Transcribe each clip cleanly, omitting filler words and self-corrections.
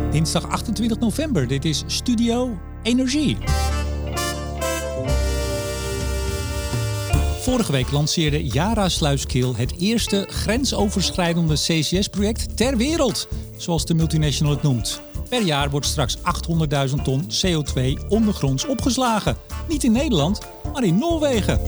Dinsdag 28 november. Dit is Studio Energie. Vorige week lanceerde Yara Sluiskil het eerste grensoverschrijdende CCS-project ter wereld, zoals de multinational het noemt. Per jaar wordt straks 800.000 ton CO2 ondergronds opgeslagen. Niet in Nederland, maar in Noorwegen.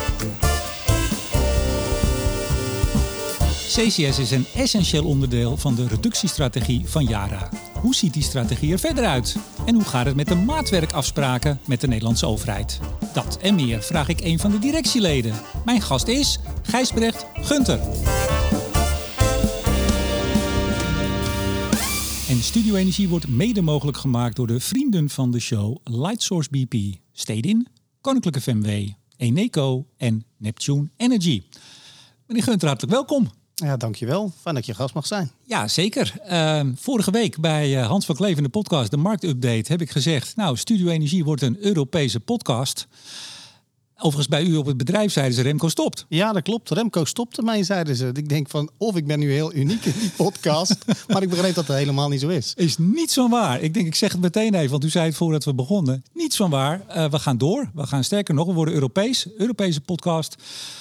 CCS is een essentieel onderdeel van de reductiestrategie van Yara. Hoe ziet die strategie er verder uit? En hoe gaat het met de maatwerkafspraken met de Nederlandse overheid? Dat en meer vraag ik een van de directieleden. Mijn gast is Gijsbrecht Gunter. En Studio Energie wordt mede mogelijk gemaakt door de vrienden van de show Lightsource BP, Stedin, Koninklijke FMW, Eneco en Neptune Energy. Meneer Gunter, hartelijk welkom. Ja, dankjewel. Fijn dat je gast mag zijn. Ja, zeker. Vorige week bij Hans van Kleef in de podcast, de marktupdate, heb ik gezegd, nou, Studio Energie wordt een Europese podcast. Overigens, bij u op het bedrijf zeiden ze, Remco stopt. Ja, dat klopt. Remco stopte mij, zeiden ze. Ik denk van, of ik ben nu heel uniek in die podcast, maar ik begreep dat het helemaal niet zo is. Is niets van waar. Ik zeg het meteen even, want u zei het voordat we begonnen. Niets van waar. We gaan door. We gaan sterker nog, we worden Europese podcast.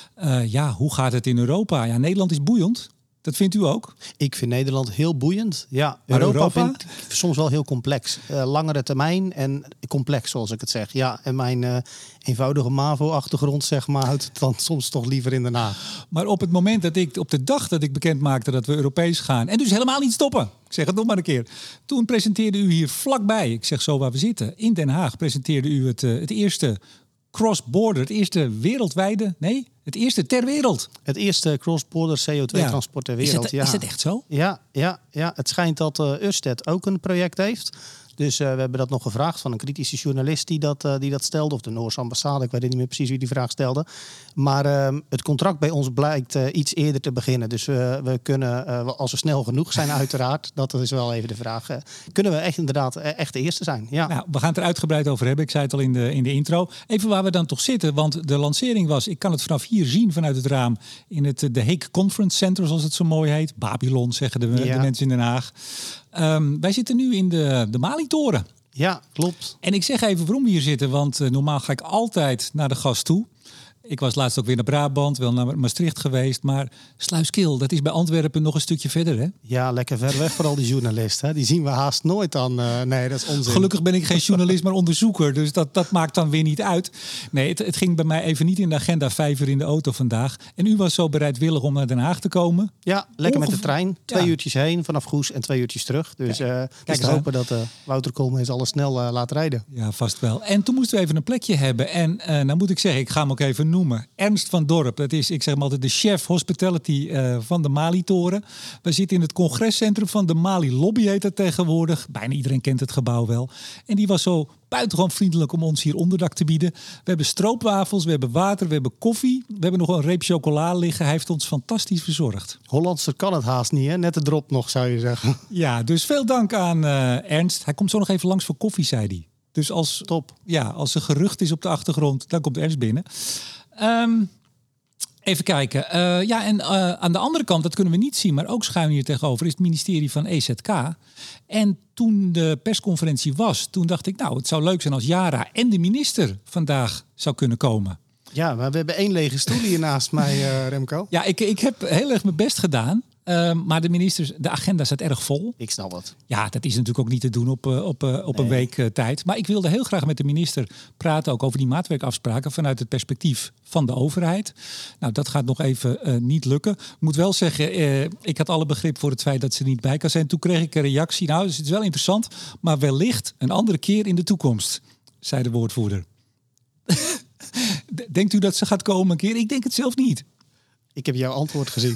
Hoe gaat het in Europa? Ja, Nederland is boeiend. Dat vindt u ook? Ik vind Nederland heel boeiend. Ja, maar Europa vind ik soms wel heel complex. Langere termijn en complex, zoals ik het zeg. Ja, en mijn eenvoudige MAVO-achtergrond, zeg maar, houdt het dan soms toch liever in Den Haag. Maar op het moment op de dag dat ik bekend maakte dat we Europees gaan, en dus helemaal niet stoppen. Ik zeg het nog maar een keer. Toen presenteerde u hier vlakbij, ik zeg zo waar we zitten, in Den Haag presenteerde u het eerste cross-border, het eerste wereldwijde, nee, het eerste ter wereld. Het eerste cross-border CO2-transport ter wereld. Is het echt zo? Ja. Het schijnt dat Ørsted ook een project heeft. Dus we hebben dat nog gevraagd van een kritische journalist die dat stelde. Of de Noorse ambassade, ik weet niet meer precies wie die vraag stelde. Maar het contract bij ons blijkt iets eerder te beginnen. Dus we kunnen, als we snel genoeg zijn uiteraard, dat is wel even de vraag. Kunnen we echt de eerste zijn? Ja. Nou, we gaan het er uitgebreid over hebben. Ik zei het al in de intro. Even waar we dan toch zitten. Want de lancering was, ik kan het vanaf hier zien vanuit het raam, in het The Hague Conference Center, zoals het zo mooi heet. Babylon, zeggen de mensen in Den Haag. Wij zitten nu in de Mali-toren. Ja, klopt. En ik zeg even waarom we hier zitten, want normaal ga ik altijd naar de gast toe. Ik was laatst ook weer naar Brabant, wel naar Maastricht geweest. Maar Sluiskil, dat is bij Antwerpen nog een stukje verder, hè? Ja, lekker ver weg voor al die journalisten. Hè? Die zien we haast nooit dan. Nee, dat is onzin. Gelukkig ben ik geen journalist, maar onderzoeker. Dus dat maakt dan weer niet uit. Nee, het ging bij mij even niet in de agenda. 5 uur in de auto vandaag. En u was zo bereidwillig om naar Den Haag te komen? Ja, lekker met de trein. 2 uurtjes heen vanaf Goes en 2 uurtjes terug. Dus het is te hopen dat Wouter Koolmees alles snel laat rijden. Ja, vast wel. En toen moesten we even een plekje hebben. En nou moet ik zeggen, ik ga hem ook even noemen. Ernst van Dorp, dat is, ik zeg maar altijd, de chef hospitality van de Mali-toren. We zitten in het congrescentrum van de Mali Lobby, heet het tegenwoordig. Bijna iedereen kent het gebouw wel. En die was zo buitengewoon vriendelijk om ons hier onderdak te bieden. We hebben stroopwafels, we hebben water, we hebben koffie. We hebben nog een reep chocola liggen. Hij heeft ons fantastisch verzorgd. Hollandser kan het haast niet, hè? Net de drop nog, zou je zeggen. Ja, dus veel dank aan Ernst. Hij komt zo nog even langs voor koffie, zei hij. Dus als er gerucht is op de achtergrond, dan komt Ernst binnen. Even kijken. Aan de andere kant, dat kunnen we niet zien, maar ook schuin hier tegenover, is het ministerie van EZK. En toen de persconferentie was, toen dacht ik, nou, het zou leuk zijn als Yara en de minister vandaag zou kunnen komen. Ja, maar we hebben 1 lege stoel hier naast mij, Remco. Ja, ik heb heel erg mijn best gedaan. Maar de agenda staat erg vol. Ik snap het. Ja, dat is natuurlijk ook niet te doen op een week tijd. Maar ik wilde heel graag met de minister praten, ook over die maatwerkafspraken vanuit het perspectief van de overheid. Nou, dat gaat nog even niet lukken. Ik moet wel zeggen, ik had alle begrip voor het feit dat ze niet bij kan zijn. Toen kreeg ik een reactie. Nou, dus het is wel interessant, maar wellicht een andere keer in de toekomst, zei de woordvoerder. Denkt u dat ze gaat komen een keer? Ik denk het zelf niet. Ik heb jouw antwoord gezien.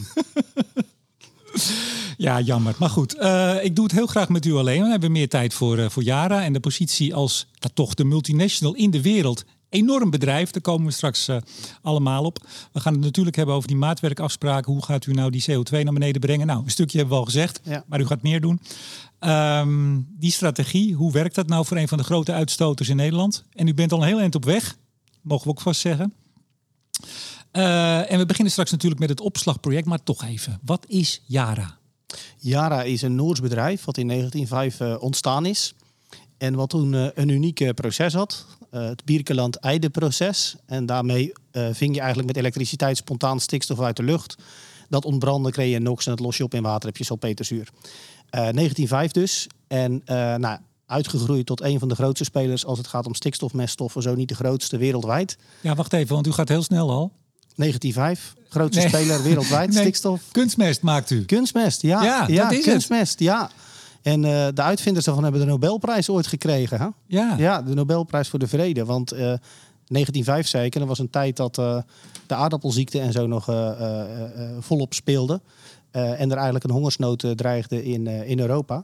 Ja, jammer. Maar goed, ik doe het heel graag met u alleen. Dan hebben we meer tijd voor Yara en de positie als toch de multinational in de wereld. Enorm bedrijf, daar komen we straks allemaal op. We gaan het natuurlijk hebben over die maatwerkafspraken. Hoe gaat u nou die CO2 naar beneden brengen? Nou, een stukje hebben we al gezegd, maar u gaat meer doen. Die strategie, hoe werkt dat nou voor een van de grote uitstoters in Nederland? En u bent al een heel eind op weg, mogen we ook vast zeggen. En we beginnen straks natuurlijk met het opslagproject, maar toch even. Wat is Yara? Yara is een Noors bedrijf wat in 1905 ontstaan is. En wat toen een uniek proces had. Het Birkeland-Eyde-proces. En daarmee ving je eigenlijk met elektriciteit spontaan stikstof uit de lucht. Dat ontbrandde, kreeg je NOx en het los je op in water, heb je salpeterzuur. 1905 dus. En uitgegroeid tot een van de grootste spelers als het gaat om stikstofmeststoffen. Zo niet de grootste wereldwijd. Ja, wacht even, want u gaat heel snel al. 1905, grootste speler wereldwijd, stikstof. Kunstmest maakt u. Kunstmest, ja dat is kunstmest, het. Ja. En de uitvinders daarvan hebben de Nobelprijs ooit gekregen. Hè? Ja, de Nobelprijs voor de Vrede. Want 1905 zei ik, en dat was een tijd dat de aardappelziekte en zo nog volop speelde. En er eigenlijk een hongersnood dreigde in Europa.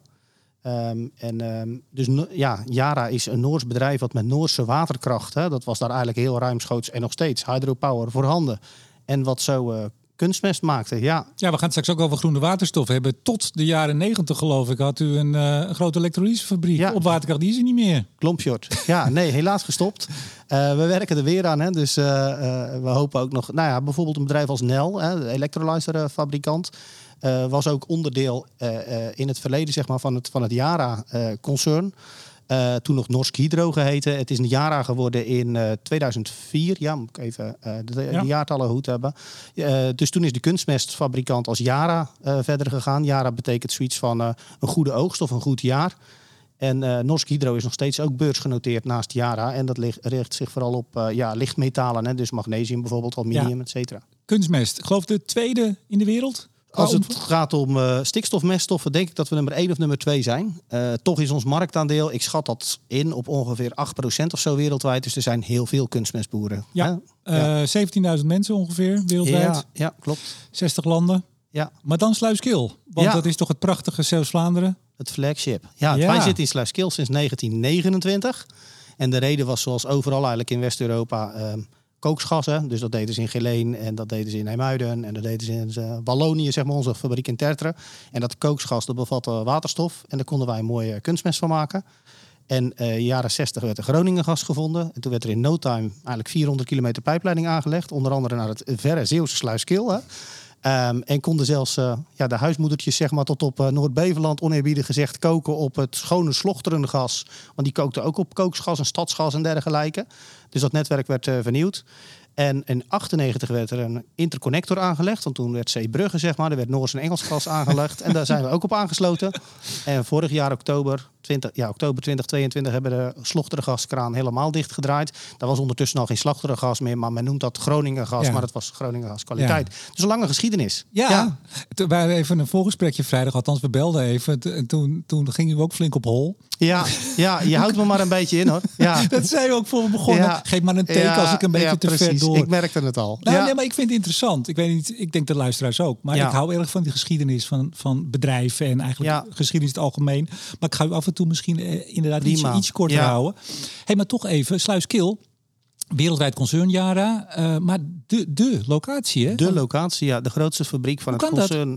Dus Yara is een Noors bedrijf wat met Noorse waterkracht, dat was daar eigenlijk heel ruimschoots en nog steeds hydropower voorhanden. En wat zo kunstmest maakte, ja. Ja, we gaan het straks ook over groene waterstof hebben. Tot de jaren 90 geloof ik had u een grote elektrolysefabriek op waterkracht. Die is er niet meer. Klompjord. Ja, nee, helaas gestopt. We werken er weer aan, hè. Dus we hopen ook nog, bijvoorbeeld een bedrijf als Nel, de elektrolyserfabrikant. Was ook onderdeel in het verleden zeg maar, van het Yara-concern. Toen nog Norsk Hydro geheten. Het is een Yara geworden in 2004. Ja, moet ik even de jaartallen goed hebben. Dus toen is de kunstmestfabrikant als Yara verder gegaan. Yara betekent zoiets van een goede oogst of een goed jaar. En Norsk Hydro is nog steeds ook beursgenoteerd naast Yara. En dat richt zich vooral op lichtmetalen. Hè? Dus magnesium bijvoorbeeld, aluminium, et cetera. Kunstmest, ik geloof de tweede in de wereld? Als het gaat om stikstofmeststoffen, denk ik dat we nummer 1 of nummer 2 zijn. Toch is ons marktaandeel, ik schat dat in op ongeveer 8% of zo wereldwijd. Dus er zijn heel veel kunstmestboeren. Ja, 17.000 mensen ongeveer wereldwijd. Ja, klopt. 60 landen. Ja. Maar dan Sluiskil, want dat is toch het prachtige Zeeuws-Vlaanderen? Het flagship. Wij zitten in Sluiskil sinds 1929. En de reden was zoals overal eigenlijk in West-Europa kooksgassen. Dus dat deden ze in Geleen en dat deden ze in IJmuiden en dat deden ze in Wallonië, zeg maar, onze fabriek in Tertre. En dat kooksgas, dat bevatte waterstof en daar konden wij een mooie kunstmest van maken. En jaren 60 werd er Groningengas gevonden. En toen werd er in no time eigenlijk 400 kilometer pijpleiding aangelegd. Onder andere naar het verre Zeeuwse Sluiskil. En konden zelfs de huismoedertjes zeg maar, tot op Noord-Beveland oneerbiedig gezegd koken op het schone slochterende gas. Want die kookten ook op kooksgas en stadsgas en dergelijke. Dus dat netwerk werd vernieuwd. En in 1998 werd er een interconnector aangelegd. Want toen werd Zeebrugge, zeg maar. Er werd Noors en Engels gas aangelegd. En daar zijn we ook op aangesloten. En vorig jaar oktober 2022 hebben de Slochteren-gaskraan helemaal dichtgedraaid. Daar was ondertussen al geen Slochteren-gas meer. Maar men noemt dat Groningen-gas. Maar dat was Groningen-gas kwaliteit. Dus een lange geschiedenis. Ja. Toen waren we even een voorgesprekje vrijdag. Althans, we belden even. En toen ging u ook flink op hol. Ja, je houdt me maar een beetje in, hoor. Ja. Dat zei u ook voor we begonnen. Ja. Geef maar een teken als ik een beetje te ver door. Ik merkte het al. Nee, maar ik vind het interessant. Ik weet niet, ik denk de luisteraars ook. Maar ik hou erg van die geschiedenis van bedrijven en eigenlijk geschiedenis in het algemeen. Maar ik ga u af en toe misschien inderdaad iets korter houden. Maar toch even, Sluiskil. Wereldwijd concern Yara, maar de locatie, hè? De locatie, de grootste fabriek van het concern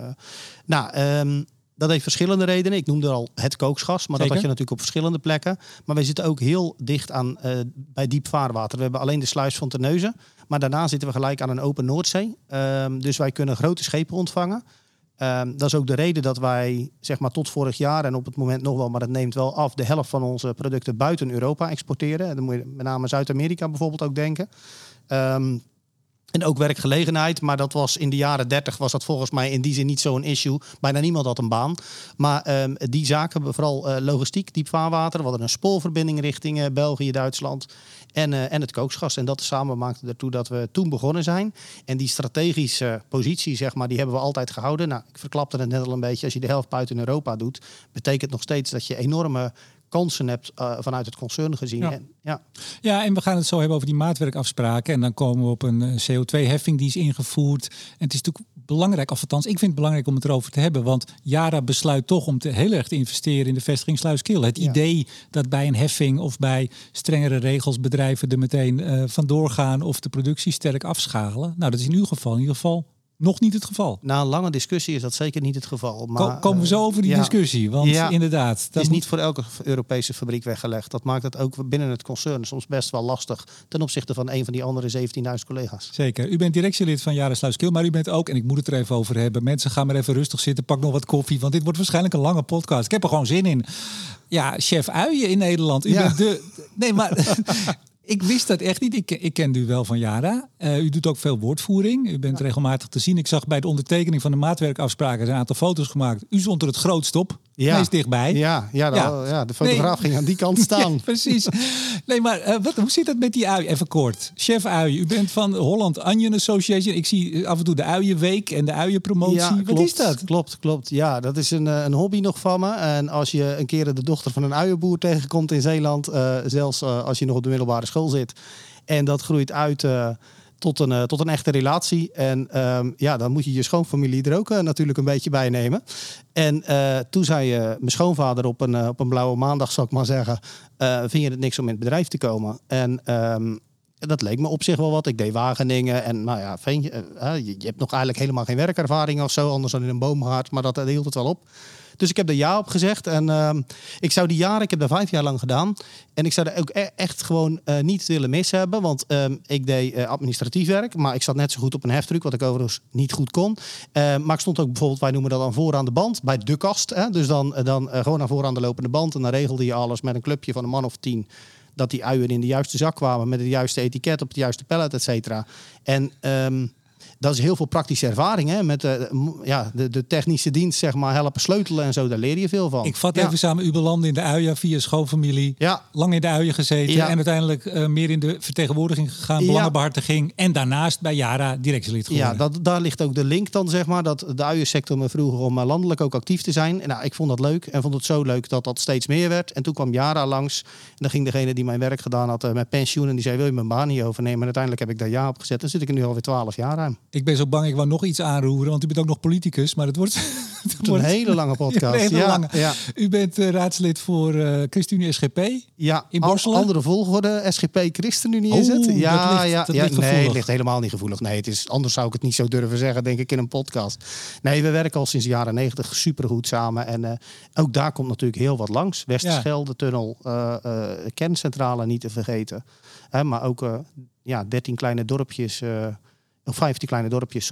dat heeft verschillende redenen. Ik noemde al het kooksgas, maar dat had je natuurlijk op verschillende plekken. Maar wij zitten ook heel dicht aan bij diep vaarwater. We hebben alleen de sluis van Terneuzen, maar daarna zitten we gelijk aan een open Noordzee. Dus wij kunnen grote schepen ontvangen. Dat is ook de reden dat wij, zeg maar tot vorig jaar en op het moment nog wel, maar het neemt wel af, de helft van onze producten buiten Europa exporteren. Dan moet je met name Zuid-Amerika bijvoorbeeld ook denken. En ook werkgelegenheid, maar dat was in de jaren 30 was dat volgens mij in die zin niet zo'n issue. Bijna niemand had een baan. Maar die zaken, vooral logistiek, diepvaarwater. We hadden een spoorverbinding richting België, Duitsland en het kooksgas. En dat samen maakte ertoe dat we toen begonnen zijn. En die strategische positie, zeg maar, die hebben we altijd gehouden. Nou, ik verklapte het net al een beetje. Als je de helft buiten Europa doet, betekent nog steeds dat je enorme kansen hebt vanuit het concern gezien. Ja, en we gaan het zo hebben over die maatwerkafspraken. En dan komen we op een CO2-heffing die is ingevoerd. En het is natuurlijk belangrijk, althans ik vind het belangrijk om het erover te hebben. Want Yara besluit toch om heel erg te investeren in de vestiging Sluiskil. Het idee dat bij een heffing of bij strengere regels bedrijven er meteen vandoor gaan of de productie sterk afschalen. Nou, dat is in uw geval in ieder geval nog niet het geval. Na een lange discussie is dat zeker niet het geval. Maar, Komen we zo over die discussie? Want inderdaad... Het is niet voor elke Europese fabriek weggelegd. Dat maakt het ook binnen het concern soms best wel lastig ten opzichte van een van die andere 17.000 collega's. Zeker. U bent directielid van Yara Sluiskil, maar u bent ook, en ik moet het er even over hebben, mensen, gaan maar even rustig zitten, pak nog wat koffie, want dit wordt waarschijnlijk een lange podcast. Ik heb er gewoon zin in. Ja, chef Uien in Nederland. U bent Nee, maar... Ik wist dat echt niet. Ik kende u wel van Yara. U doet ook veel woordvoering. U bent regelmatig te zien. Ik zag bij de ondertekening van de maatwerkafspraken een aantal foto's gemaakt. U stond er het grootst op. Meest dichtbij. De fotograaf ging aan die kant staan. Ja, precies. Nee, maar hoe zit het met die ui? Even kort. Chef Uien, u bent van Holland Onion Association. Ik zie af en toe de Uienweek en de Uienpromotie. Ja, klopt, wat is dat? Klopt. Ja, dat is een hobby nog van me. En als je een keer de dochter van een uienboer tegenkomt in Zeeland, zelfs als je nog op de middelbare school zit, en dat groeit uit tot een echte relatie. En dan moet je je schoonfamilie er ook natuurlijk een beetje bij nemen. En toen zei mijn schoonvader op een blauwe maandag, zal ik maar zeggen, vind je het niks om in het bedrijf te komen? En dat leek me op zich wel wat. Ik deed Wageningen en je hebt nog eigenlijk helemaal geen werkervaring of zo, anders dan in een boomgaard, maar dat hield het wel op. Dus ik heb er ja op gezegd. En ik zou die jaren, ik heb daar 5 jaar lang gedaan. En ik zou er ook echt gewoon niet willen missen hebben. Want ik deed administratief werk. Maar ik zat net zo goed op een heftruck, wat ik overigens niet goed kon. Maar ik stond ook bijvoorbeeld, wij noemen dat dan vooraan de band, bij de kast. Dus dan gewoon naar vooraan de lopende band. En dan regelde je alles met een clubje van een man of 10. Dat die uien in de juiste zak kwamen met het juiste etiket op het juiste pallet, et cetera. En dat is heel veel praktische ervaring. Hè? Met de technische dienst, zeg maar, helpen sleutelen en zo. Daar leer je veel van. Ik vat even samen. U belandde in de Uien via schoonfamilie. Ja. Lang in de Uien gezeten. Ja. En uiteindelijk meer in de vertegenwoordiging gegaan. Belangenbehartiging. En daarnaast bij Yara directielid geworden. Ja, daar ligt ook de link dan, zeg maar. Dat de uiensector me vroeg om landelijk ook actief te zijn. En ik vond dat leuk. En vond het zo leuk dat dat steeds meer werd. En toen kwam Yara langs. En dan ging degene die mijn werk gedaan had met pensioen. En die zei, wil je mijn baan niet overnemen? En uiteindelijk heb ik daar ja op gezet. Dan zit ik er nu alweer 12 jaar ruim. Ik ben zo bang, ik wou nog iets aanroeren, want u bent ook nog politicus, maar het wordt een hele lange podcast. Ja. U bent raadslid voor ChristenUnie SGP in Borselen. Andere volgorde, SGP ChristenUnie is het. Dat ligt helemaal niet gevoelig. Nee, anders zou ik het niet zo durven zeggen, denk ik, in een podcast. Nee, we werken al sinds de jaren 90 supergoed samen. En ook daar komt natuurlijk heel wat langs. Westerschelde-tunnel, kerncentrale niet te vergeten. Maar ook 13 kleine dorpjes... 15 kleine dorpjes,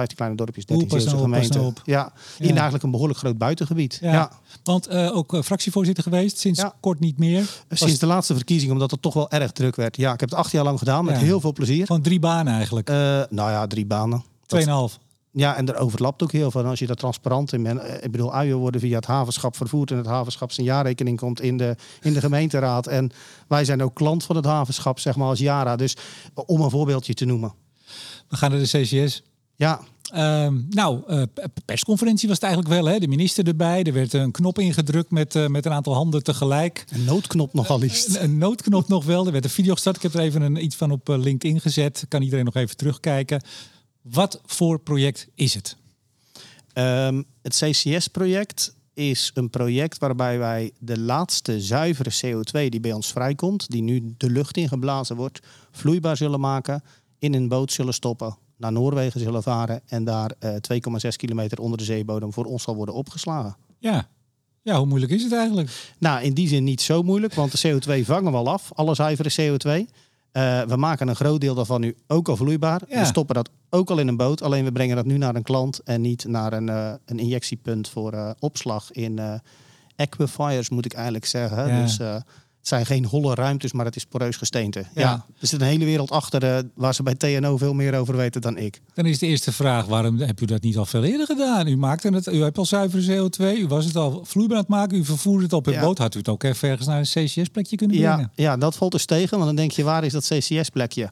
13 Zeeuwse gemeenten. In eigenlijk een behoorlijk groot buitengebied. Ja. Want ook fractievoorzitter geweest, sinds kort niet meer. Sinds de laatste verkiezing, omdat het toch wel erg druk werd. Ja, ik heb het 8 jaar lang gedaan, met heel veel plezier. Van 3 banen eigenlijk? 3 banen. 2,5. Ja, en er overlapt ook heel veel. Als je daar transparant in bent. Ik bedoel, uien worden via het havenschap vervoerd. En het havenschap zijn jaarrekening komt in de gemeenteraad. En wij zijn ook klant van het havenschap, zeg maar, als Yara. Dus om een voorbeeldje te noemen. We gaan naar de CCS. Ja. Persconferentie was het eigenlijk wel. Hè? De minister erbij. Er werd een knop ingedrukt met een aantal handen tegelijk. Een noodknop nogal liefst. Een noodknop nog wel. Er werd een video gestart. Ik heb er even iets van op LinkedIn gezet. Kan iedereen nog even terugkijken. Wat voor project is het? Het CCS-project is een project waarbij wij de laatste zuivere CO2 die bij ons vrijkomt, die nu de lucht ingeblazen wordt, vloeibaar zullen maken, in een boot zullen stoppen, naar Noorwegen zullen varen en daar 2,6 kilometer onder de zeebodem voor ons zal worden opgeslagen. Ja, hoe moeilijk is het eigenlijk? Nou, in die zin niet zo moeilijk, want de CO2 vangen we al af, alle zuivere CO2. We maken een groot deel daarvan nu ook al vloeibaar. Ja. We stoppen dat ook al in een boot. Alleen we brengen dat nu naar een klant en niet naar een injectiepunt voor opslag in aquifers, moet ik eigenlijk zeggen. Ja. Dus het zijn geen holle ruimtes, maar het is poreus gesteente. Ja. Er zit een hele wereld achter waar ze bij TNO veel meer over weten dan ik. Dan is de eerste vraag, waarom heb u dat niet al veel eerder gedaan? U hebt al zuivere CO2, u was het al vloeibaar aan het maken, u vervoerde het op een boot. Had u het ook even ergens naar een CCS-plekje kunnen brengen? Ja, dat valt dus tegen, want dan denk je, waar is dat CCS-plekje?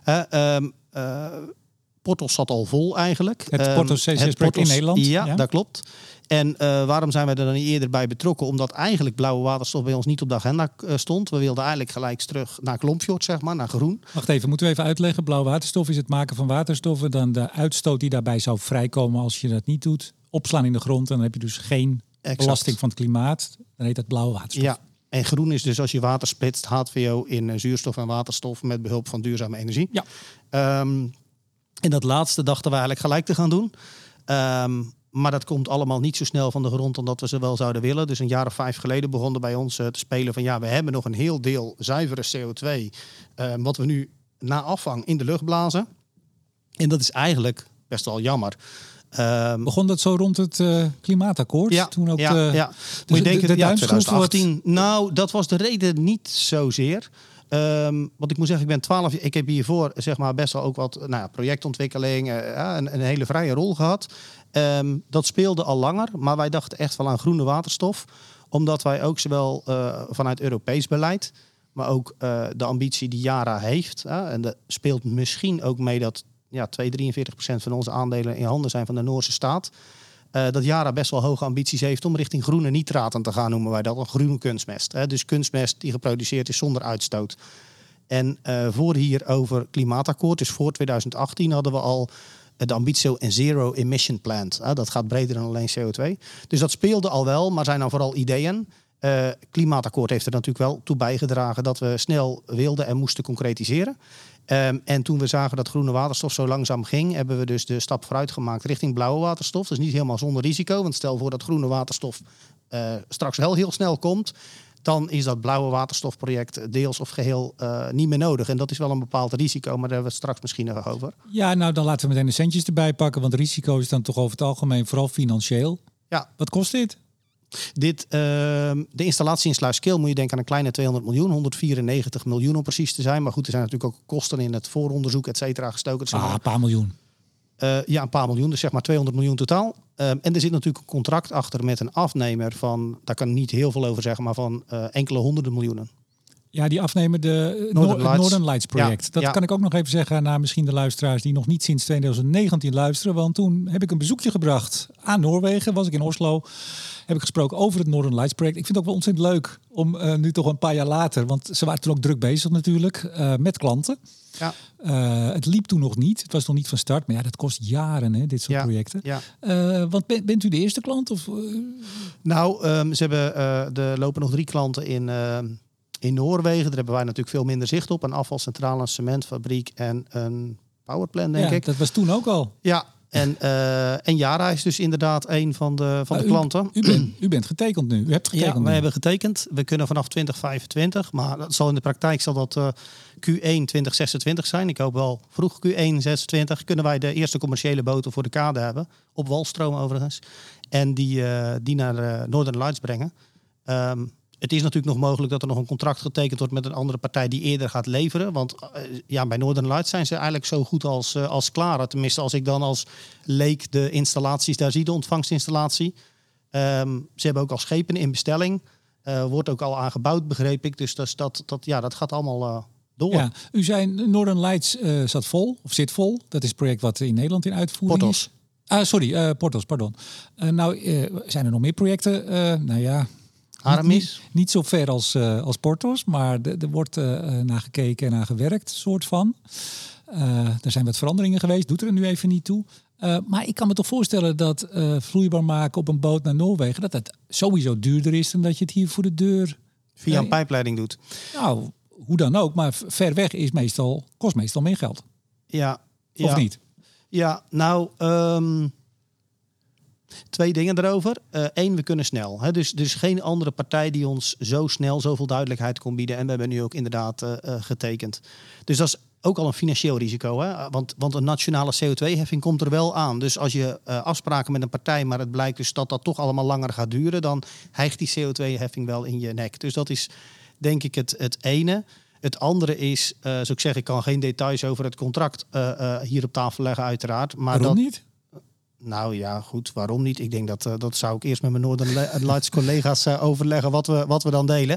Portos zat al vol eigenlijk. Het Portos CCS-plek in Nederland? Ja, dat klopt. En waarom zijn wij er dan niet eerder bij betrokken? Omdat eigenlijk blauwe waterstof bij ons niet op de agenda stond. We wilden eigenlijk gelijk terug naar Klompfjord, zeg maar, naar groen. Wacht even, moeten we even uitleggen. Blauwe waterstof is het maken van waterstoffen. Dan de uitstoot die daarbij zou vrijkomen als je dat niet doet. Opslaan in de grond. En dan heb je dus geen belasting van het klimaat. Dan heet dat blauwe waterstof. Ja. En groen is dus als je water splitst, HVO in zuurstof en waterstof met behulp van duurzame energie. Ja. En dat laatste dachten we eigenlijk gelijk te gaan doen. Maar dat komt allemaal niet zo snel van de grond dan dat we ze wel zouden willen. Dus een jaar of 5 geleden begonnen bij ons te spelen van we hebben nog een heel deel zuivere CO2. Wat we nu na afvang in de lucht blazen. En dat is eigenlijk best wel jammer. Begon dat zo rond het klimaatakkoord? Ja, toen ook ja. Dus Moet je denken, de 2018. Nou, dat was de reden niet zozeer. Want ik moet zeggen, ik ben 12 jaar. Ik heb hiervoor best wel ook wat projectontwikkeling, een hele vrije rol gehad. Dat speelde al langer, maar wij dachten echt wel aan groene waterstof. Omdat wij ook zowel vanuit Europees beleid, maar ook de ambitie die Yara heeft. En dat speelt misschien ook mee dat 43% van onze aandelen in handen zijn van de Noorse staat. Dat Yara best wel hoge ambities heeft om richting groene nitraten te gaan, noemen wij dat, een groene kunstmest. Dus kunstmest die geproduceerd is zonder uitstoot. En voor hier over klimaatakkoord, dus voor 2018 hadden we al de ambitie een zero emission plant. Dat gaat breder dan alleen CO2. Dus dat speelde al wel, maar zijn dan vooral ideeën. Klimaatakkoord heeft er natuurlijk wel toe bijgedragen dat we snel wilden en moesten concretiseren. En toen we zagen dat groene waterstof zo langzaam ging, hebben we dus de stap vooruit gemaakt richting blauwe waterstof. Dus niet helemaal zonder risico, want stel voor dat groene waterstof straks wel heel snel komt, dan is dat blauwe waterstofproject deels of geheel niet meer nodig. En dat is wel een bepaald risico, maar daar hebben we het straks misschien nog over. Ja, nou dan laten we meteen de centjes erbij pakken, want risico is dan toch over het algemeen vooral financieel. Ja. Wat kost dit? De installatie in Sluiskil moet je denken aan een kleine 200 miljoen, 194 miljoen om precies te zijn. Maar goed, er zijn natuurlijk ook kosten in het vooronderzoek, et cetera, gestoken. Een paar miljoen. Een paar miljoen, dus 200 miljoen totaal. En er zit natuurlijk een contract achter met een afnemer van, daar kan ik niet heel veel over zeggen, maar van enkele honderden miljoenen. Ja, die afnemer, de Northern Lights project. Dat kan ik ook nog even zeggen naar misschien de luisteraars die nog niet sinds 2019 luisteren. Want toen heb ik een bezoekje gebracht aan Noorwegen. Was ik in Oslo. Heb ik gesproken over het Northern Lights project. Ik vind het ook wel ontzettend leuk om nu toch een paar jaar later. Want ze waren toen ook druk bezig natuurlijk met klanten. Ja. Het liep toen nog niet. Het was nog niet van start. Maar dat kost jaren, dit soort projecten. Ja. Want bent u de eerste klant? Of? Nou, er lopen nog 3 klanten in Noorwegen. Daar hebben wij natuurlijk veel minder zicht op. Een afvalcentrale, een cementfabriek en een powerplant, denk ik. Dat was toen ook al. Ja, en Yara is dus inderdaad een van de klanten. U bent getekend nu. U hebt getekend. Ja, wij hebben getekend. We kunnen vanaf 2025, maar dat zal in de praktijk Q1 2026 zijn. Ik hoop wel vroeg Q1 2026 kunnen wij de eerste commerciële boten voor de kade hebben. Op walstroom overigens. En die naar de Northern Lights brengen. Het is natuurlijk nog mogelijk dat er nog een contract getekend wordt met een andere partij die eerder gaat leveren. Want bij Northern Lights zijn ze eigenlijk zo goed als klaar. Tenminste, als ik dan als leek de installaties daar zie, de ontvangstinstallatie. Ze hebben ook al schepen in bestelling. Wordt ook al aangebouwd, begreep ik. Dus dat gaat allemaal door. Ja, u zei Northern Lights zat vol, of zit vol. Dat is het project wat in Nederland in uitvoering is. Porthos, pardon. Zijn er nog meer projecten? Niet zo ver als Porthos, maar er wordt naar gekeken en naar gewerkt, soort van. Er zijn wat veranderingen geweest, doet er nu even niet toe. Maar ik kan me toch voorstellen dat vloeibaar maken op een boot naar Noorwegen, dat het sowieso duurder is dan dat je het hier voor de deur via een pijpleiding doet. Nou, hoe dan ook, maar ver weg kost meestal meer geld. Ja. Of niet? Ja, nou, 2 dingen erover. 1, we kunnen snel. Dus geen andere partij die ons zo snel zoveel duidelijkheid kon bieden. En we hebben nu ook inderdaad getekend. Dus dat is ook al een financieel risico. Hè? Want een nationale CO2-heffing komt er wel aan. Dus als je afspraken met een partij, maar het blijkt dus dat toch allemaal langer gaat duren, dan hijgt die CO2-heffing wel in je nek. Dus dat is denk ik het ene. Het andere is, zoals ik zeg, ik kan geen details over het contract hier op tafel leggen uiteraard. Maar waarom niet? Nou ja, goed, waarom niet? Ik denk dat zou ik eerst met mijn Northern Lights collega's overleggen wat we dan delen.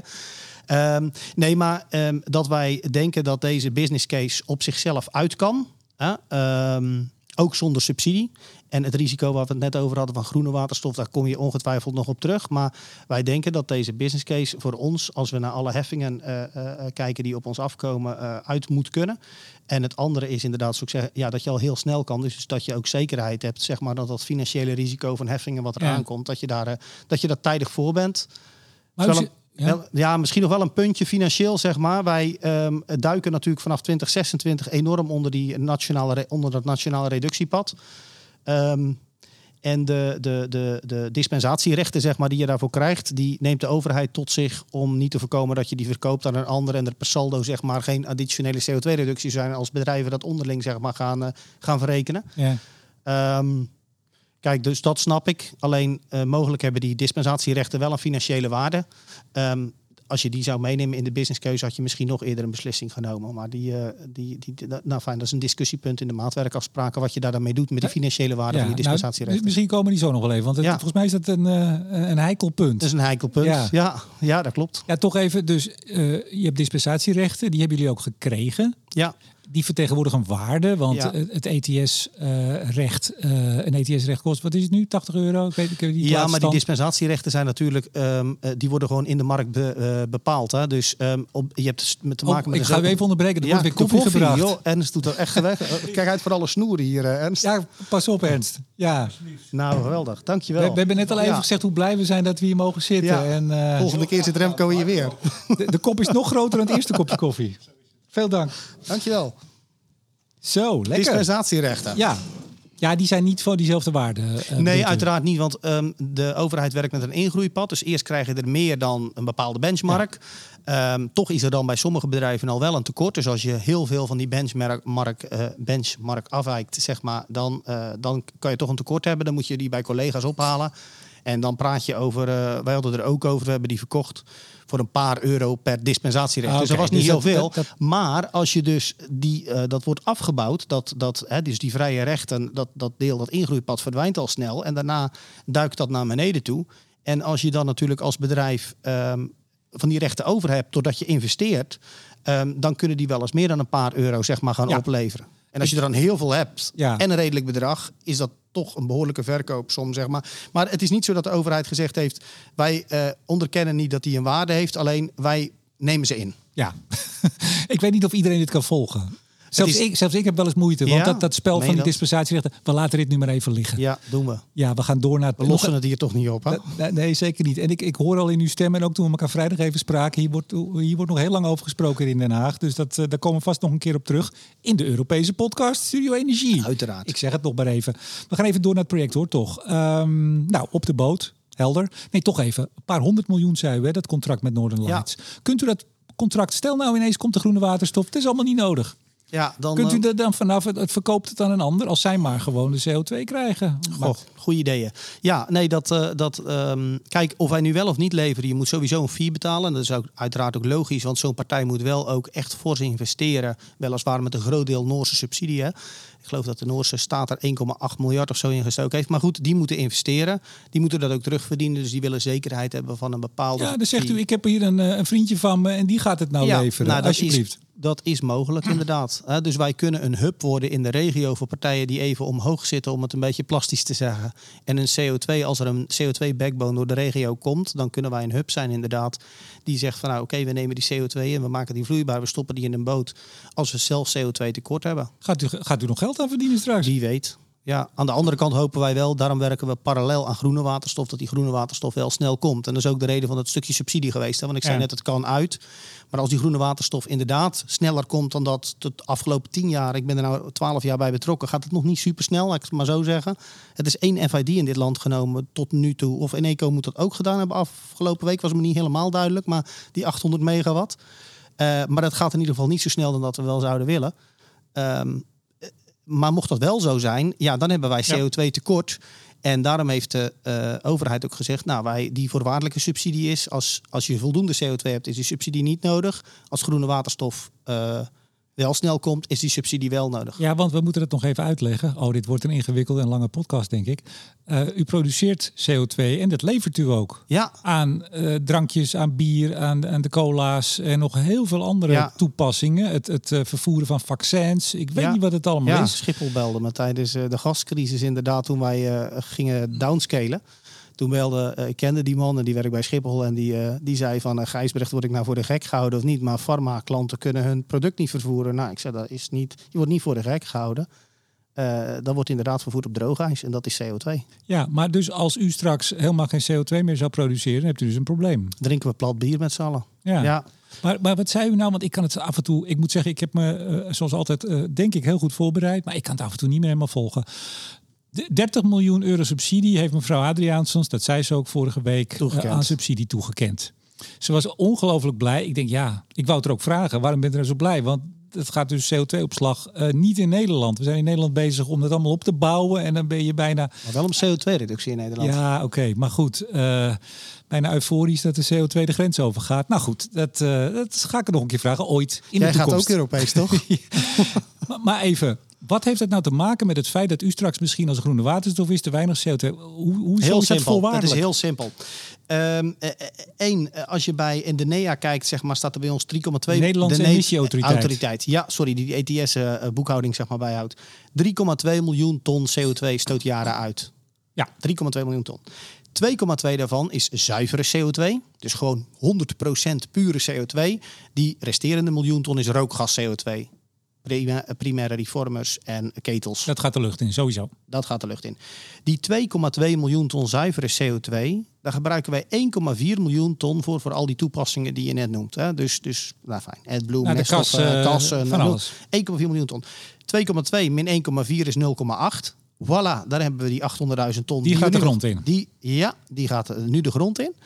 Dat wij denken dat deze business case op zichzelf uit kan. Ook zonder subsidie. En het risico waar we het net over hadden van groene waterstof, daar kom je ongetwijfeld nog op terug. Maar wij denken dat deze business case voor ons, als we naar alle heffingen kijken die op ons afkomen, uit moet kunnen. En het andere is inderdaad, zoals ik zeg, dat je al heel snel kan. Dus dat je ook zekerheid hebt, zeg maar, dat financiële risico van heffingen wat er aankomt, dat je daar tijdig voor bent. Maar Ja, misschien nog wel een puntje financieel, zeg maar. Wij duiken natuurlijk vanaf 2026 enorm onder dat nationale reductiepad. En de dispensatierechten, zeg maar, die je daarvoor krijgt, die neemt de overheid tot zich om niet te voorkomen dat je die verkoopt aan een ander en er per saldo, zeg maar, geen additionele CO2-reductie zijn als bedrijven dat onderling, zeg maar, gaan verrekenen. Ja. Kijk, dus dat snap ik. Alleen mogelijk hebben die dispensatierechten wel een financiële waarde. Als je die zou meenemen in de businesskeuze, had je misschien nog eerder een beslissing genomen. Maar dat is een discussiepunt in de maatwerkafspraken, wat je daar dan mee doet met de financiële waarde van die dispensatierechten. Misschien komen die zo nog wel even, want volgens mij is dat een heikel punt. Dat is een heikel punt, ja, dat klopt. Ja, toch even, dus je hebt dispensatierechten, die hebben jullie ook gekregen. Ja. Die vertegenwoordigen een waarde, want het ETS-recht, een ETS-recht kost, wat is het nu, €80? Ik weet niet. Ja, maar die dispensatierechten zijn natuurlijk, die worden gewoon in de markt bepaald. Hè? Dus je hebt te maken met... Ik ga u even onderbreken, er wordt weer koffie gebracht. Joh, Ernst doet er echt weg. Kijk uit voor alle snoeren hier, Ernst. Ja, pas op, Ernst. Ja. Nou, geweldig. Dankjewel. We hebben net al even gezegd hoe blij we zijn dat we hier mogen zitten. Ja. En, volgende keer zit Remco hier weer. De kop is nog groter dan het eerste kopje koffie. Veel dank. Dankjewel. Zo, lekker. Dispensatierechten. Ja, die zijn niet voor diezelfde waarde. Nee, uiteraard niet, want de overheid werkt met een ingroeipad. Dus eerst krijg je er meer dan een bepaalde benchmark. Ja. Toch is er dan bij sommige bedrijven al wel een tekort. Dus als je heel veel van die benchmark afwijkt, zeg maar, dan kan je toch een tekort hebben. Dan moet je die bij collega's ophalen. En dan praat je over, wij hadden er ook over, we hebben die verkocht voor een paar euro per dispensatierecht. Dus dat was niet heel veel. Maar als je dus dat wordt afgebouwd, dus die vrije rechten, dat deel, dat ingroeipad verdwijnt al snel. En daarna duikt dat naar beneden toe. En als je dan natuurlijk als bedrijf van die rechten over hebt doordat je investeert, dan kunnen die wel eens meer dan een paar euro, zeg maar, gaan opleveren. En als je er dan heel veel hebt en een redelijk bedrag, is dat toch een behoorlijke verkoopsom, zeg maar. Maar het is niet zo dat de overheid gezegd heeft, wij onderkennen niet dat die een waarde heeft, alleen wij nemen ze in. Ja, ik weet niet of iedereen dit kan volgen. Zelfs ik heb wel eens moeite, want dat spel van die dispensatierechten, we laten dit nu maar even liggen. Ja, doen we. Ja, we gaan door naar het... We lossen het hier toch niet op, hè? Nee, zeker niet. En ik hoor al in uw stem, en ook toen we elkaar vrijdag even spraken, hier wordt nog heel lang over gesproken in Den Haag. Dus daar komen we vast nog een keer op terug in de Europese podcast Studio Energie. Uiteraard. Ik zeg het nog maar even. We gaan even door naar het project, hoor, toch. Op de boot, helder. Nee, toch even. Een paar 100 miljoen, zei u, hè, dat contract met Northern Lights. Ja. Kunt u dat contract, stel nou ineens komt de groene waterstof, het is allemaal niet nodig. Ja, kunt u er dan vanaf, het verkoopt het aan een ander, als zij maar gewoon de CO2 krijgen? Goeie ideeën. Ja, nee, kijk, of wij nu wel of niet leveren, je moet sowieso een fee betalen. En dat is ook uiteraard ook logisch, want zo'n partij moet wel ook echt fors investeren. Weliswaar met een groot deel Noorse subsidie. Hè. Ik geloof dat de Noorse staat er 1,8 miljard of zo in gestoken heeft. Maar goed, die moeten investeren. Die moeten dat ook terugverdienen. Dus die willen zekerheid hebben van een bepaalde... Ja, dan zegt u, ik heb hier een vriendje van me en die gaat het leveren. Nou, alsjeblieft. Dat is mogelijk, inderdaad. Dus wij kunnen een hub worden in de regio voor partijen die even omhoog zitten, om het een beetje plastisch te zeggen. En een CO2, als er een CO2-backbone door de regio komt, dan kunnen wij een hub zijn, inderdaad. Die zegt van, oké, we nemen die CO2 en we maken die vloeibaar, we stoppen die in een boot als we zelf CO2 tekort hebben. Gaat u nog geld aan verdienen straks? Wie weet. Ja, aan de andere kant hopen wij wel, daarom werken we parallel aan groene waterstof, dat die groene waterstof wel snel komt. En dat is ook de reden van dat stukje subsidie geweest. Hè? Want ik zei net, het kan uit. Maar als die groene waterstof inderdaad sneller komt dan dat de afgelopen 10 jaar, ik ben er nou 12 jaar bij betrokken, gaat het nog niet super snel, laat ik het maar zo zeggen. Het is 1 FID in dit land genomen tot nu toe. Of Eneco moet dat ook gedaan hebben. Afgelopen week was me niet helemaal duidelijk, maar die 800 megawatt. Maar dat gaat in ieder geval niet zo snel dan dat we wel zouden willen. Maar mocht dat wel zo zijn, ja, dan hebben wij CO2 tekort. En daarom heeft de overheid ook gezegd, die voorwaardelijke subsidie is, als je voldoende CO2 hebt, is die subsidie niet nodig. Als groene waterstof wel snel komt, is die subsidie wel nodig. Ja, want we moeten het nog even uitleggen. Oh, dit wordt een ingewikkelde en lange podcast, denk ik. U produceert CO2 en dat levert u ook. Ja. Aan drankjes, aan bier, aan de cola's en nog heel veel andere toepassingen. Het vervoeren van vaccins. Ik weet niet wat het allemaal is. Schiphol belde me tijdens de gascrisis inderdaad, toen wij gingen downscalen. Toen ik kende die man en die werkt bij Schiphol en die zei van, Gijsbrecht, word ik nou voor de gek gehouden of niet? Maar farmaklanten kunnen hun product niet vervoeren. Nou, ik zei, dat is niet, je wordt niet voor de gek gehouden. dat wordt inderdaad vervoerd op droogijs en dat is CO2. Ja, maar dus als u straks helemaal geen CO2 meer zou produceren, dan hebt u dus een probleem. Drinken we plat bier met z'n allen. Ja. Maar wat zei u nou? Want ik kan het af en toe... Ik moet zeggen, ik heb me zoals altijd denk ik heel goed voorbereid. Maar ik kan het af en toe niet meer helemaal volgen. De 30 miljoen euro subsidie heeft mevrouw Adriaansens, dat zei ze ook vorige week, aan subsidie toegekend. Ze was ongelooflijk blij. Ik denk, ik wou het er ook vragen. Waarom bent u nou zo blij? Want het gaat dus CO2-opslag niet in Nederland. We zijn in Nederland bezig om dat allemaal op te bouwen. En dan ben je bijna... Maar wel om CO2-reductie in Nederland. Ja, oké. Maar goed, bijna euforisch dat de CO2 de grens overgaat. Nou goed, dat ga ik er nog een keer vragen. Ooit in de toekomst. Jij gaat ook Europees, toch? maar even... Wat heeft het nou te maken met het feit dat u straks misschien als groene waterstof is te weinig CO2? Hoe is dat voorwaardelijk? Het is heel simpel. Als je bij Endenea kijkt, zeg maar, staat er bij ons 3,2... Nederlandse emissieautoriteit. Ja, sorry, die ETS-boekhouding zeg maar bijhoudt. 3,2 miljoen ton CO2 stoot jaren uit. Ja, 3,2 miljoen ton. 2,2 daarvan is zuivere CO2. Dus gewoon 100% pure CO2. Die resterende miljoen ton is rookgas CO2. Primaire reformers en ketels. Dat gaat de lucht in, sowieso. Dat gaat de lucht in. Die 2,2 miljoen ton zuivere CO2, daar gebruiken wij 1,4 miljoen ton voor al die toepassingen die je net noemt. Hè? Dus nou fijn, AdBlue, kassen, van alles. 1,4 miljoen ton. 2,2 min 1,4 is 0,8. Voilà, daar hebben we die 800.000 ton. Die gaat de grond in. Die gaat nu de grond in.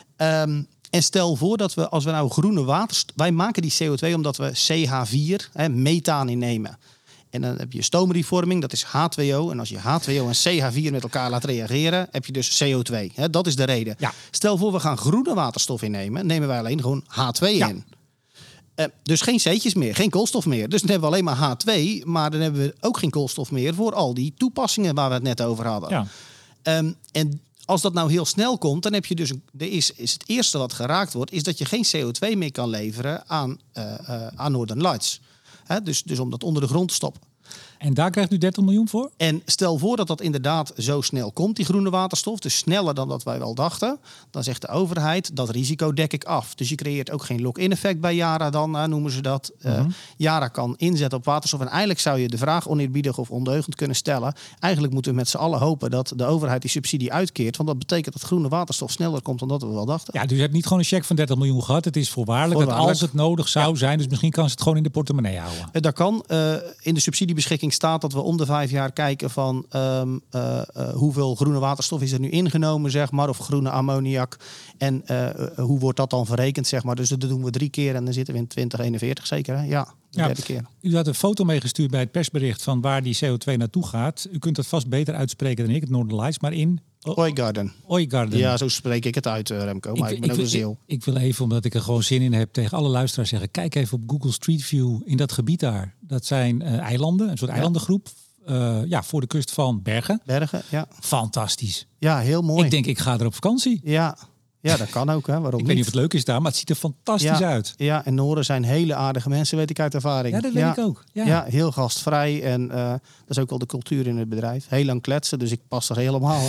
En stel voor dat als we nou groene waterstof... Wij maken die CO2 omdat we CH4, methaan, innemen. En dan heb je stoomrevorming, dat is H2O. En als je H2O en CH4 met elkaar laat reageren, heb je dus CO2. Dat is de reden. Ja. Stel voor we gaan groene waterstof innemen, nemen wij alleen gewoon H2 in. Dus geen C'tjes meer, geen koolstof meer. Dus dan hebben we alleen maar H2, maar dan hebben we ook geen koolstof meer voor al die toepassingen waar we het net over hadden. Ja. En als dat nou heel snel komt, dan heb je dus is het eerste wat geraakt wordt, is dat je geen CO2 meer kan leveren aan Northern Lights. Dus om dat onder de grond te stoppen. En daar krijgt u 30 miljoen voor? En stel voor dat dat inderdaad zo snel komt, die groene waterstof. Dus sneller dan dat wij wel dachten. Dan zegt de overheid, dat risico dek ik af. Dus je creëert ook geen lock-in effect bij Yara dan, noemen ze dat. Yara kan inzetten op waterstof. En eigenlijk zou je de vraag oneerbiedig of ondeugend kunnen stellen. Eigenlijk moeten we met z'n allen hopen dat de overheid die subsidie uitkeert. Want dat betekent dat groene waterstof sneller komt dan dat we wel dachten. Ja, dus je hebt niet gewoon een cheque van 30 miljoen gehad. Het is voorwaardelijk dat als het nodig zou zijn. Dus misschien kan ze het gewoon in de portemonnee houden. Dat kan. In de subsidiebeschikking staat dat we om de 5 jaar kijken van hoeveel groene waterstof is er nu ingenomen, zeg maar, of groene ammoniak. En hoe wordt dat dan verrekend, zeg maar. Dus dat doen we 3 keer en dan zitten we in 2041 zeker, hè? Ja, de derde keer. U had een foto meegestuurd bij het persbericht van waar die CO2 naartoe gaat. U kunt dat vast beter uitspreken dan ik, het Northern Lights, maar in... Ooigarden. Ja, zo spreek ik het uit, Remco. Maar ik ben ook een Zeeuw. Ik wil even, omdat ik er gewoon zin in heb, tegen alle luisteraars zeggen, kijk even op Google Street View in dat gebied daar. Dat zijn eilanden, een soort eilandengroep. Voor de kust van Bergen. Ja. Fantastisch. Ja, heel mooi. Ik denk, ik ga er op vakantie. Ja, dat kan ook. Hè. Waarom ik weet niet of het leuk is daar, maar het ziet er fantastisch uit. Ja, en Noren zijn hele aardige mensen, weet ik uit ervaring. Ja, dat weet ik ook. Ja, heel gastvrij. En dat is ook wel de cultuur in het bedrijf. Heel lang kletsen, dus ik pas er helemaal.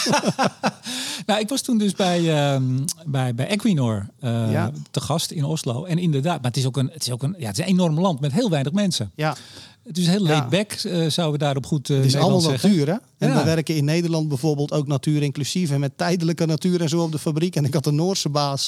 Nou, ik was toen dus bij Equinor te gast in Oslo. En inderdaad, maar het is een enorm land met heel weinig mensen. Ja. Het is heel laid back, zouden we daarop goed Het is allemaal zeggen. natuur, hè? En we werken in Nederland bijvoorbeeld ook natuur inclusief. En met tijdelijke natuur en zo op de fabriek. En ik had een Noorse baas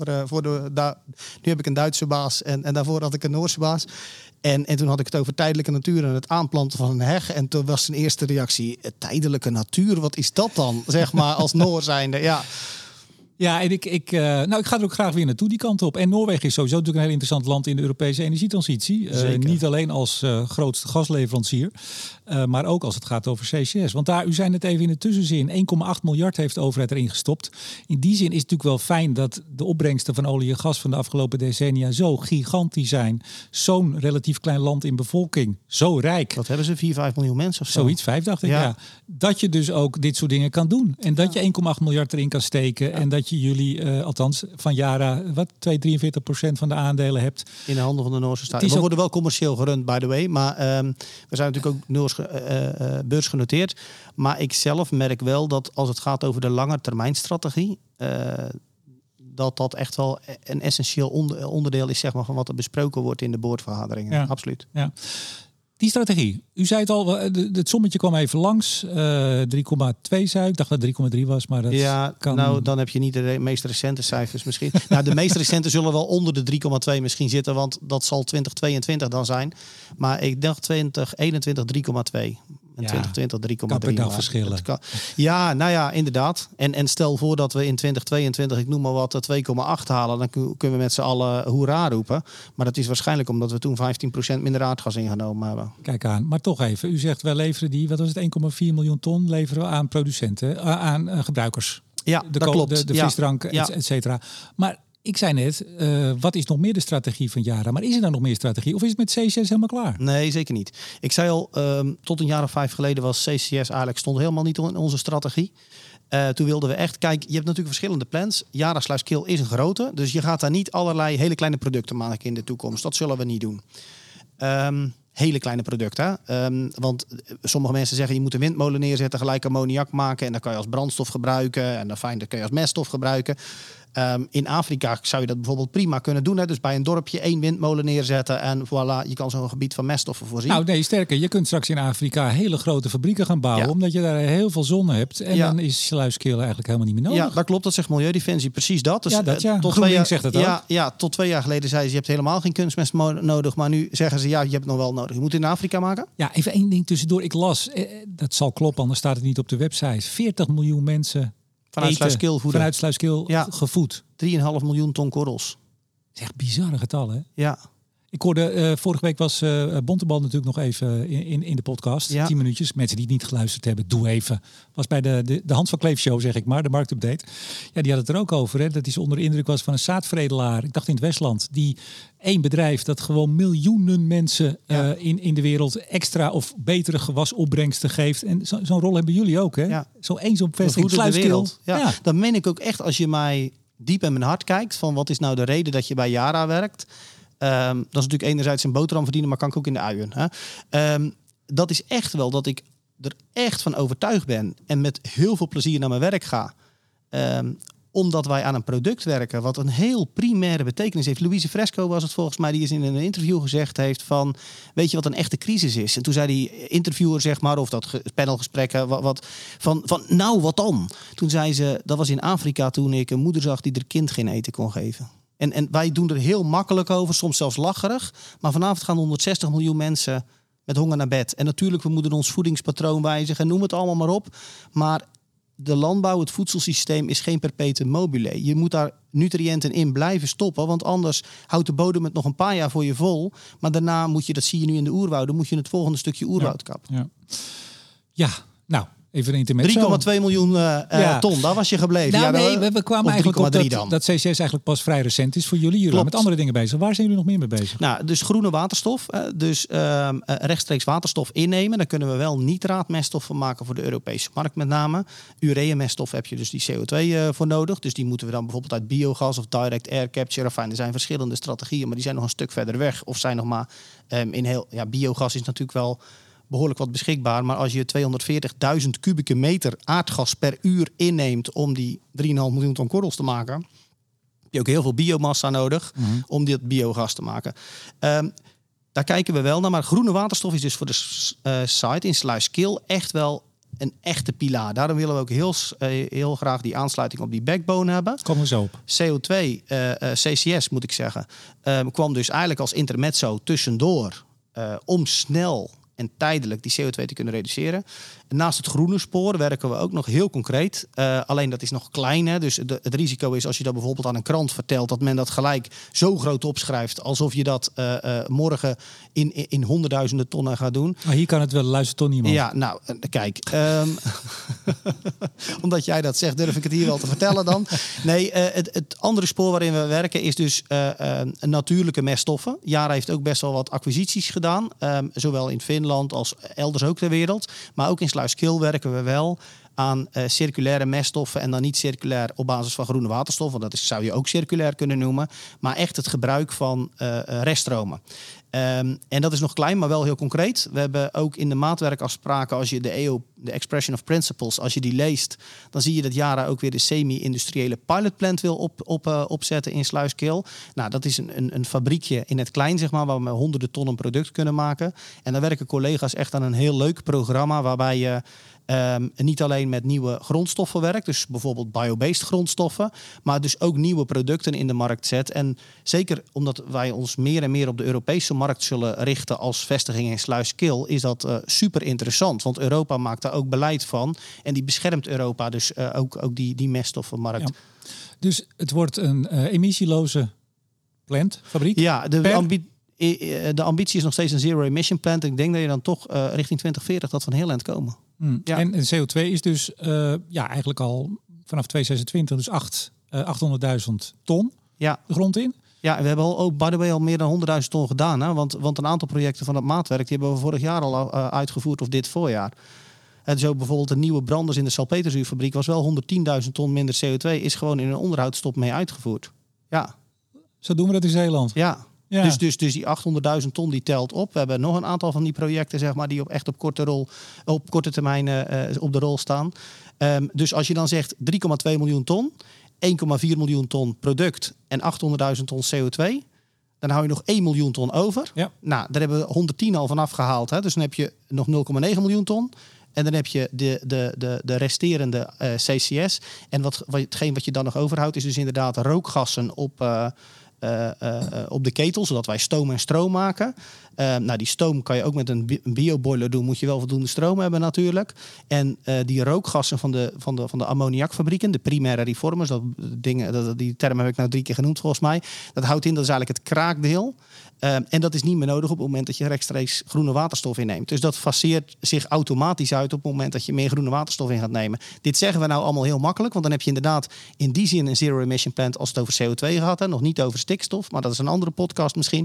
nu heb ik een Duitse baas. En daarvoor had ik een Noorse baas. En toen had ik het over tijdelijke natuur en het aanplanten van een heg. En toen was zijn eerste reactie, tijdelijke natuur, wat is dat dan? Zeg maar, als Noor zijnde, ja. Ja, en ik ga er ook graag weer naartoe, die kant op. En Noorwegen is sowieso natuurlijk een heel interessant land in de Europese energietransitie. Niet alleen als grootste gasleverancier, maar ook als het gaat over CCS. Want daar, u zei het even in de tussenzin, 1,8 miljard heeft de overheid erin gestopt. In die zin is het natuurlijk wel fijn dat de opbrengsten van olie en gas van de afgelopen decennia zo gigantisch zijn. Zo'n relatief klein land in bevolking, zo rijk. Wat hebben ze, 4-5 miljoen mensen of zo? Zoiets, 5 dacht ik, ja. Dat je dus ook dit soort dingen kan doen. En dat je 1,8 miljard erin kan steken. En dat je jullie, althans van Yara, 43% van de aandelen hebt. In de handen van de Noorse staat. We worden wel commercieel gerund, by the way. Maar we zijn natuurlijk ook beursgenoteerd. Maar ik zelf merk wel dat als het gaat over de langetermijnstrategie, dat echt wel een essentieel onderdeel is, zeg maar, van wat er besproken wordt in de boordvergaderingen. Ja. Absoluut. Ja. Die strategie. U zei het al, het sommetje kwam even langs. 3,2 zei ik. Ik dacht dat 3,3 was, maar dat kan... Nou, dan heb je niet de meest recente cijfers misschien. Nou, de meest recente zullen wel onder de 3,2 misschien zitten, want dat zal 2022 dan zijn. Maar ik dacht 2021 3,2. En 2020 3,3. Kan per dag verschillen. Ja, nou ja, inderdaad. En stel voor dat we in 2022, ik noem maar wat, 2,8 halen. Dan kunnen we met z'n allen hoera roepen. Maar dat is waarschijnlijk omdat we toen 15% minder aardgas ingenomen hebben. Kijk aan. Maar toch even. U zegt, wij leveren die, wat was het, 1,4 miljoen ton leveren we aan producenten, aan gebruikers. Ja, dat klopt. De frisdrank, et cetera. Maar ik zei net, wat is nog meer de strategie van Yara? Maar is er dan nog meer strategie? Of is het met CCS helemaal klaar? Nee, zeker niet. Ik zei al, tot een jaar of 5 geleden was CCS eigenlijk stond helemaal niet in onze strategie. Toen wilden we echt, kijk, je hebt natuurlijk verschillende plans. Yara Sluiskil is een grote, dus je gaat daar niet allerlei hele kleine producten maken in de toekomst. Dat zullen we niet doen. Hele kleine producten. Want sommige mensen zeggen je moet een windmolen neerzetten, gelijk ammoniak maken en dan kan je als brandstof gebruiken en dan kan je als meststof gebruiken. In Afrika zou je dat bijvoorbeeld prima kunnen doen. Hè? Dus bij een dorpje 1 windmolen neerzetten en voilà, je kan zo'n gebied van meststoffen voorzien. Nou nee, sterker, je kunt straks in Afrika hele grote fabrieken gaan bouwen, omdat je daar heel veel zon hebt. En dan is Sluiskil eigenlijk helemaal niet meer nodig. Ja, dat klopt. Dat zegt Milieudefensie precies dat. Dus, tot GroenLinks zegt het ook. Ja, tot 2 jaar geleden zeiden ze je hebt helemaal geen kunstmest nodig. Maar nu zeggen ze je hebt het nog wel nodig. Je moet het in Afrika maken. Ja, even 1 ding tussendoor. Ik las, dat zal kloppen, anders staat het niet op de website. 40 miljoen mensen vanuit Sluiskil voeden. Vanuit Sluiskil gevoed. 3,5 miljoen ton korrels. Dat is echt bizarre getallen, hè? Ja. Ik hoorde, vorige week was Bontebal natuurlijk nog even in de podcast. Ja. 10 minuutjes. Mensen die het niet geluisterd hebben, doe even. Was bij de Hans van Kleef show, zeg ik maar, de marktupdate. Ja, die had het er ook over. Hè, dat hij zo onder de indruk was van een zaadveredelaar. Ik dacht in het Westland. Die 1 bedrijf dat gewoon miljoenen mensen in de wereld extra of betere gewasopbrengsten geeft. En zo'n rol hebben jullie ook, hè? Ja. Zo'n vestiging Sluiskil. Ja. Dat meen ik ook echt als je mij diep in mijn hart kijkt. Van wat is nou de reden dat je bij Yara werkt? Dat is natuurlijk enerzijds een boterham verdienen, maar kan ik ook in de uien. Hè? Dat is echt wel dat ik er echt van overtuigd ben en met heel veel plezier naar mijn werk ga. Omdat wij aan een product werken wat een heel primaire betekenis heeft. Louise Fresco was het volgens mij, die is in een interview gezegd heeft van, weet je wat een echte crisis is? En toen zei die interviewer, zeg maar, of dat panelgesprekken, wat dan? Toen zei ze, dat was in Afrika toen ik een moeder zag die haar kind geen eten kon geven. En wij doen er heel makkelijk over, soms zelfs lacherig. Maar vanavond gaan 160 miljoen mensen met honger naar bed. En natuurlijk, we moeten ons voedingspatroon wijzigen. Noem het allemaal maar op. Maar de landbouw, het voedselsysteem is geen perpetuum mobile. Je moet daar nutriënten in blijven stoppen. Want anders houdt de bodem het nog een paar jaar voor je vol. Maar daarna moet je, dat zie je nu in de oerwouden, moet je het volgende stukje oerwoud kappen. Ja, nou... Even een intermezzo. 3,2 miljoen ton, daar was je gebleven. Nou, we kwamen eigenlijk op dat CCS eigenlijk pas vrij recent is voor jullie. Jullie zijn met andere dingen bezig. Waar zijn jullie nog meer mee bezig? Nou, dus groene waterstof. Dus rechtstreeks waterstof innemen. Daar kunnen we wel nitraatmeststof van maken voor de Europese markt met name. Urea-meststof heb je dus die CO2 voor nodig. Dus die moeten we dan bijvoorbeeld uit biogas of direct air capture. Enfin, er zijn verschillende strategieën, maar die zijn nog een stuk verder weg. Of zijn nog maar biogas is natuurlijk wel behoorlijk wat beschikbaar. Maar als je 240.000 kubieke meter aardgas per uur inneemt om die 3,5 miljoen ton korrels te maken, heb je ook heel veel biomassa nodig om dit biogas te maken. Daar kijken we wel naar. Maar groene waterstof is dus voor de site in Sluiskil echt wel een echte pilaar. Daarom willen we ook heel graag die aansluiting op die backbone hebben. Komen we zo op. CO2, CCS moet ik zeggen, kwam dus eigenlijk als intermezzo tussendoor om snel en tijdelijk die CO2 te kunnen reduceren. En naast het groene spoor werken we ook nog heel concreet. Alleen dat is nog klein. Hè? Dus het risico is als je dat bijvoorbeeld aan een krant vertelt, dat men dat gelijk zo groot opschrijft alsof je dat morgen in honderdduizenden tonnen gaat doen. Maar hier kan het wel, luistert toch niemand. Ja, nou, kijk. Omdat jij dat zegt, durf ik het hier wel te vertellen dan. Nee, het andere spoor waarin we werken is dus natuurlijke meststoffen. Yara heeft ook best wel wat acquisities gedaan. Zowel in Finland als elders ook ter wereld. Maar ook in Sluiskil werken we wel aan circulaire meststoffen en dan niet circulair op basis van groene waterstof, want dat zou je ook circulair kunnen noemen, maar echt het gebruik van reststromen. En dat is nog klein, maar wel heel concreet. We hebben ook in de maatwerkafspraken, als je de EO, de Expression of Principles, als je die leest, dan zie je dat Yara ook weer de semi-industriële pilotplant wil opzetten in Sluiskil. Nou, dat is een fabriekje in het klein, zeg maar, waar we honderden tonnen product kunnen maken. En daar werken collega's echt aan een heel leuk programma, waarbij je niet alleen met nieuwe grondstoffen werkt, dus bijvoorbeeld biobased grondstoffen, maar dus ook nieuwe producten in de markt zet. En zeker omdat wij ons meer en meer op de Europese markt zullen richten als vestiging in Sluiskil, is dat super interessant. Want Europa maakt daar ook beleid van en die beschermt Europa dus ook die meststoffenmarkt. Ja. Dus het wordt een emissieloze plantfabriek? Ja, de ambitie is nog steeds een zero-emission plant. Ik denk dat je dan toch richting 2040 dat van heel eind komen. Ja. En CO2 is dus eigenlijk al vanaf 2026 dus 800.000 ton de grond in. Ja, en we hebben ook by the way al meer dan 100.000 ton gedaan. Hè? Want een aantal projecten van het maatwerk die hebben we vorig jaar al uitgevoerd of dit voorjaar. En zo bijvoorbeeld de nieuwe branders in de salpeterzuurfabriek was wel 110.000 ton minder CO2. Is gewoon in een onderhoudsstop mee uitgevoerd. Ja. Zo doen we dat in Zeeland. Ja. Ja. Dus die 800.000 ton die telt op. We hebben nog een aantal van die projecten, zeg maar, die op korte termijn op de rol staan. Dus als je dan zegt 3,2 miljoen ton, 1,4 miljoen ton product en 800.000 ton CO2, dan hou je nog 1 miljoen ton over. Ja. Nou, daar hebben we 110 al vanaf gehaald. Hè? Dus dan heb je nog 0,9 miljoen ton. En dan heb je de resterende CCS. En hetgeen wat je dan nog overhoudt is dus inderdaad rookgassen op de ketel, zodat wij stoom en stroom maken. Die stoom kan je ook met een bioboiler doen. Moet je wel voldoende stroom hebben natuurlijk. En die rookgassen van de ammoniakfabrieken, de primaire reformers, die term heb ik nou 3 keer genoemd volgens mij. Dat houdt in, dat is eigenlijk het kraakdeel. En dat is niet meer nodig op het moment dat je rechtstreeks groene waterstof inneemt. Dus dat faseert zich automatisch uit op het moment dat je meer groene waterstof in gaat nemen. Dit zeggen we nou allemaal heel makkelijk, want dan heb je inderdaad in die zin een zero-emission plant als het over CO2 gaat. Hè? Nog niet over stikstof, maar dat is een andere podcast misschien.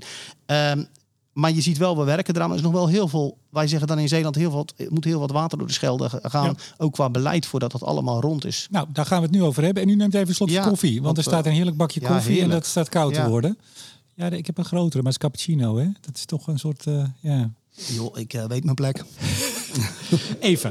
Maar je ziet wel, we werken eraan. Er is nog wel heel veel, wij zeggen dan in Zeeland, moet heel wat water door de Schelde gaan. Ja. Ook qua beleid voordat dat allemaal rond is. Nou, daar gaan we het nu over hebben. En u neemt even een slokje koffie. Want er staat een heerlijk bakje koffie heerlijk. En dat staat koud te worden. Ja, ik heb een grotere, maar het is cappuccino. Hè? Dat is toch een soort, Joh, ik weet mijn plek. Even.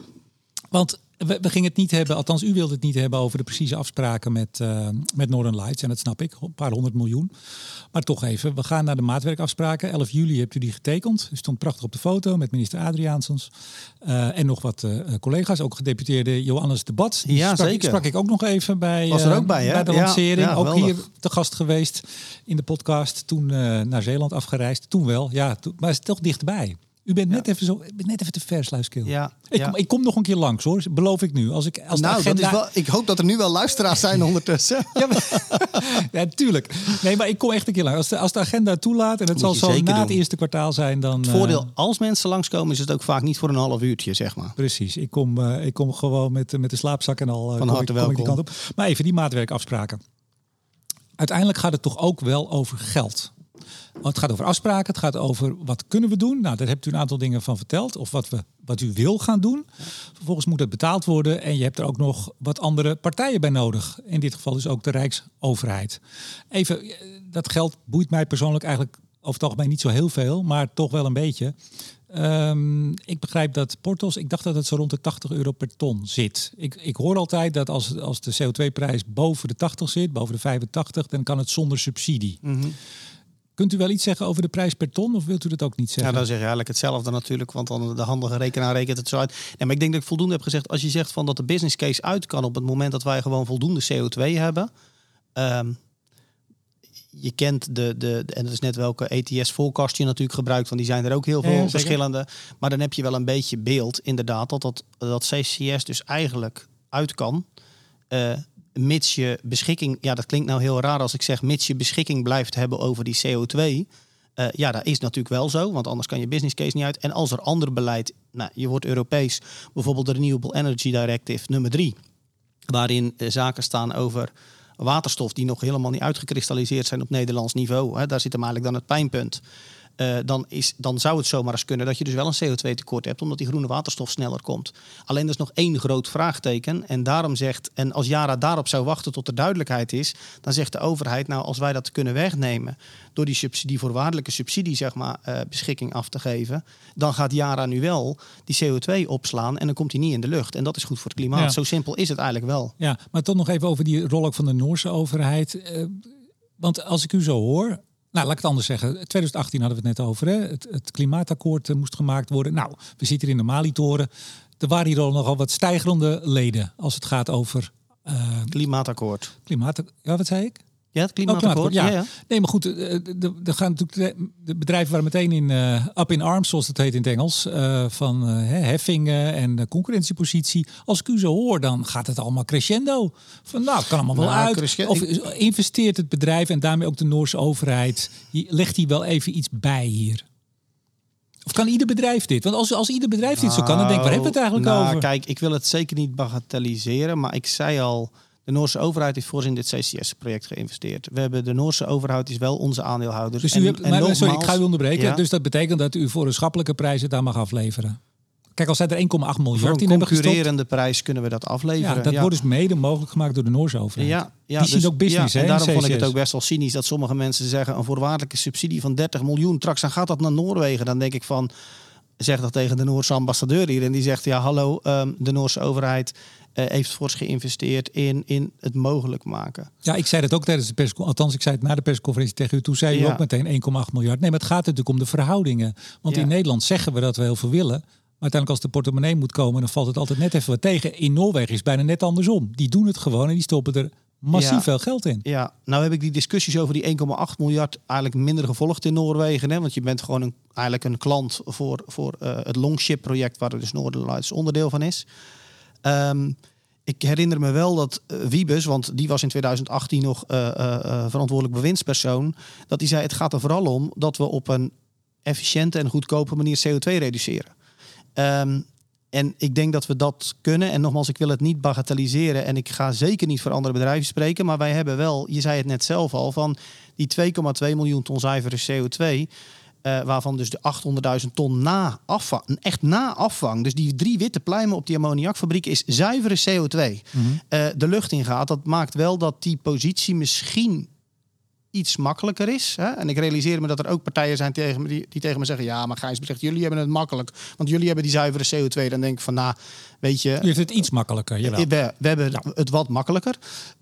Want we gingen het niet hebben, althans u wilde het niet hebben over de precieze afspraken met Northern Lights. En dat snap ik, een paar 100 miljoen. Maar toch even, we gaan naar de maatwerkafspraken. 11 juli hebt u die getekend. U stond prachtig op de foto met minister Adriaansens. En nog wat collega's, ook gedeputeerde Johannes de Bat. Die sprak ik ook nog even bij, was er ook bij de lancering. Ja, ook hier te gast geweest in de podcast. Toen naar Zeeland afgereisd. Toen wel, maar het is toch dichterbij. U bent net even te ver, Sluiskil. Ja, ik kom nog een keer langs, hoor. Beloof ik nu. Ik hoop dat er nu wel luisteraars zijn ondertussen. Ja, tuurlijk. Nee, maar ik kom echt een keer langs. Als de agenda toelaat, en het zal zo na het eerste kwartaal zijn, dan... Het voordeel, als mensen langskomen, is het ook vaak niet voor een half uurtje, zeg maar. Precies. Ik kom gewoon met de slaapzak en al. Van harte welkom. Die kant op. Maar even die maatwerkafspraken. Uiteindelijk gaat het toch ook wel over geld. Het gaat over afspraken, het gaat over wat kunnen we doen. Nou, daar hebt u een aantal dingen van verteld. Of wat u wil gaan doen. Vervolgens moet het betaald worden. En je hebt er ook nog wat andere partijen bij nodig. In dit geval dus ook de Rijksoverheid. Even, dat geld boeit mij persoonlijk eigenlijk over het algemeen niet zo heel veel. Maar toch wel een beetje. Ik begrijp dat Portos, ik dacht dat het zo rond de €80 per ton zit. Ik hoor altijd dat als de CO2-prijs boven de 80 zit, boven de 85, dan kan het zonder subsidie. Mm-hmm. Kunt u wel iets zeggen over de prijs per ton of wilt u dat ook niet zeggen? Ja, dan zeg je eigenlijk hetzelfde natuurlijk, want dan de handige rekenaar rekent het zo uit. Nee, maar ik denk dat ik voldoende heb gezegd. Als je zegt van dat de business case uit kan op het moment dat wij gewoon voldoende CO2 hebben. Je kent en dat is net welke ETS forecast je natuurlijk gebruikt, want die zijn er ook heel veel verschillende. Maar dan heb je wel een beetje beeld inderdaad dat CCS dus eigenlijk uit kan. Mits je beschikking, dat klinkt nou heel raar als ik zeg, mits je beschikking blijft hebben over die CO2. Dat is natuurlijk wel zo, want anders kan je business case niet uit. En als er ander beleid, je wordt Europees, bijvoorbeeld de Renewable Energy Directive nummer 3, waarin zaken staan over waterstof die nog helemaal niet uitgekristalliseerd zijn op Nederlands niveau. Hè, daar zit hem eigenlijk dan het pijnpunt. dan zou het zomaar eens kunnen dat je dus wel een CO2-tekort hebt, omdat die groene waterstof sneller komt. Alleen er is nog één groot vraagteken. En daarom en als Yara daarop zou wachten tot er duidelijkheid is, dan zegt de overheid, nou, als wij dat kunnen wegnemen door die voorwaardelijke subsidie, zeg maar, beschikking af te geven, dan gaat Yara nu wel die CO2 opslaan en dan komt die niet in de lucht. En dat is goed voor het klimaat. Ja. Zo simpel is het eigenlijk wel. Ja, maar toch nog even over die rol ook van de Noorse overheid. Want als ik u zo hoor, nou, laat ik het anders zeggen. 2018 hadden we het net over. Hè? Het klimaatakkoord moest gemaakt worden. Nou, we zitten hier in de Mali-toren. Er waren hier al nogal wat steigerende leden als het gaat over Klimaatakkoord. Ja, wat zei ik? Ja, het klimaatakkoord. Ja. Nee, maar goed, er gaan natuurlijk de bedrijven waren meteen in up in arms, zoals dat heet in het Engels, van heffingen en concurrentiepositie. Als ik u zo hoor, dan gaat het allemaal crescendo. Van nou, kan allemaal wel uit. Of investeert het bedrijf en daarmee ook de Noorse overheid, legt hij wel even iets bij hier? Of kan ieder bedrijf dit? Want als ieder bedrijf dit zo kan, dan denk ik, waar hebben we het eigenlijk over? Kijk, ik wil het zeker niet bagatelliseren, maar ik zei al, de Noorse overheid heeft voor ons in dit CCS-project geïnvesteerd. De Noorse overheid is wel onze aandeelhouder. Dus sorry, ik ga u onderbreken. Ja. Dus dat betekent dat u voor een schappelijke prijs het daar mag afleveren. Kijk, als zij er 1,8 miljard in hebben gestopt, voor een concurrerende prijs kunnen we dat afleveren. Ja, dat wordt dus mede mogelijk gemaakt door de Noorse overheid. Die zien ook business. En daarom vond ik het ook best wel cynisch dat sommige mensen zeggen, een voorwaardelijke subsidie van 30 miljoen. Straks dan gaat dat naar Noorwegen. Dan denk ik van, zeg dat tegen de Noorse ambassadeur hier. En die zegt, ja hallo, de Noorse overheid heeft fors geïnvesteerd in het mogelijk maken. Ja, ik zei dat ook tijdens de persconferentie. Althans, ik zei het na de persconferentie tegen u. Toen zei u ook meteen 1,8 miljard. Nee, maar het gaat natuurlijk om de verhoudingen. Want in Nederland zeggen we dat we heel veel willen. Maar uiteindelijk als de portemonnee moet komen, dan valt het altijd net even wat tegen. In Noorwegen is het bijna net andersom. Die doen het gewoon en die stoppen er massief veel geld in. Ja, nou heb ik die discussies over die 1,8 miljard eigenlijk minder gevolgd in Noorwegen. Hè? Want je bent gewoon eigenlijk een klant voor het Longship-project, waar er dus Northern Lights onderdeel van is. Ik herinner me wel dat Wiebes, want die was in 2018 nog verantwoordelijk bewindspersoon, dat hij zei, het gaat er vooral om dat we op een efficiënte en goedkope manier CO2 reduceren. En ik denk dat we dat kunnen. En nogmaals, ik wil het niet bagatelliseren. En ik ga zeker niet voor andere bedrijven spreken. Maar wij hebben wel, je zei het net zelf al, van die 2,2 miljoen ton zuivere CO2... waarvan dus de 800.000 ton na afvang. Dus die 3 witte pluimen op die ammoniakfabriek is zuivere CO2. Mm-hmm. De lucht ingaat. Dat maakt wel dat die positie misschien iets makkelijker is. Hè? En ik realiseer me dat er ook partijen zijn die tegen me zeggen, ja, maar Gijsbert zegt, jullie hebben het makkelijk. Want jullie hebben die zuivere CO2. Dan denk ik van, nou, weet je... Je heeft het iets makkelijker, jawel. We hebben het wat makkelijker.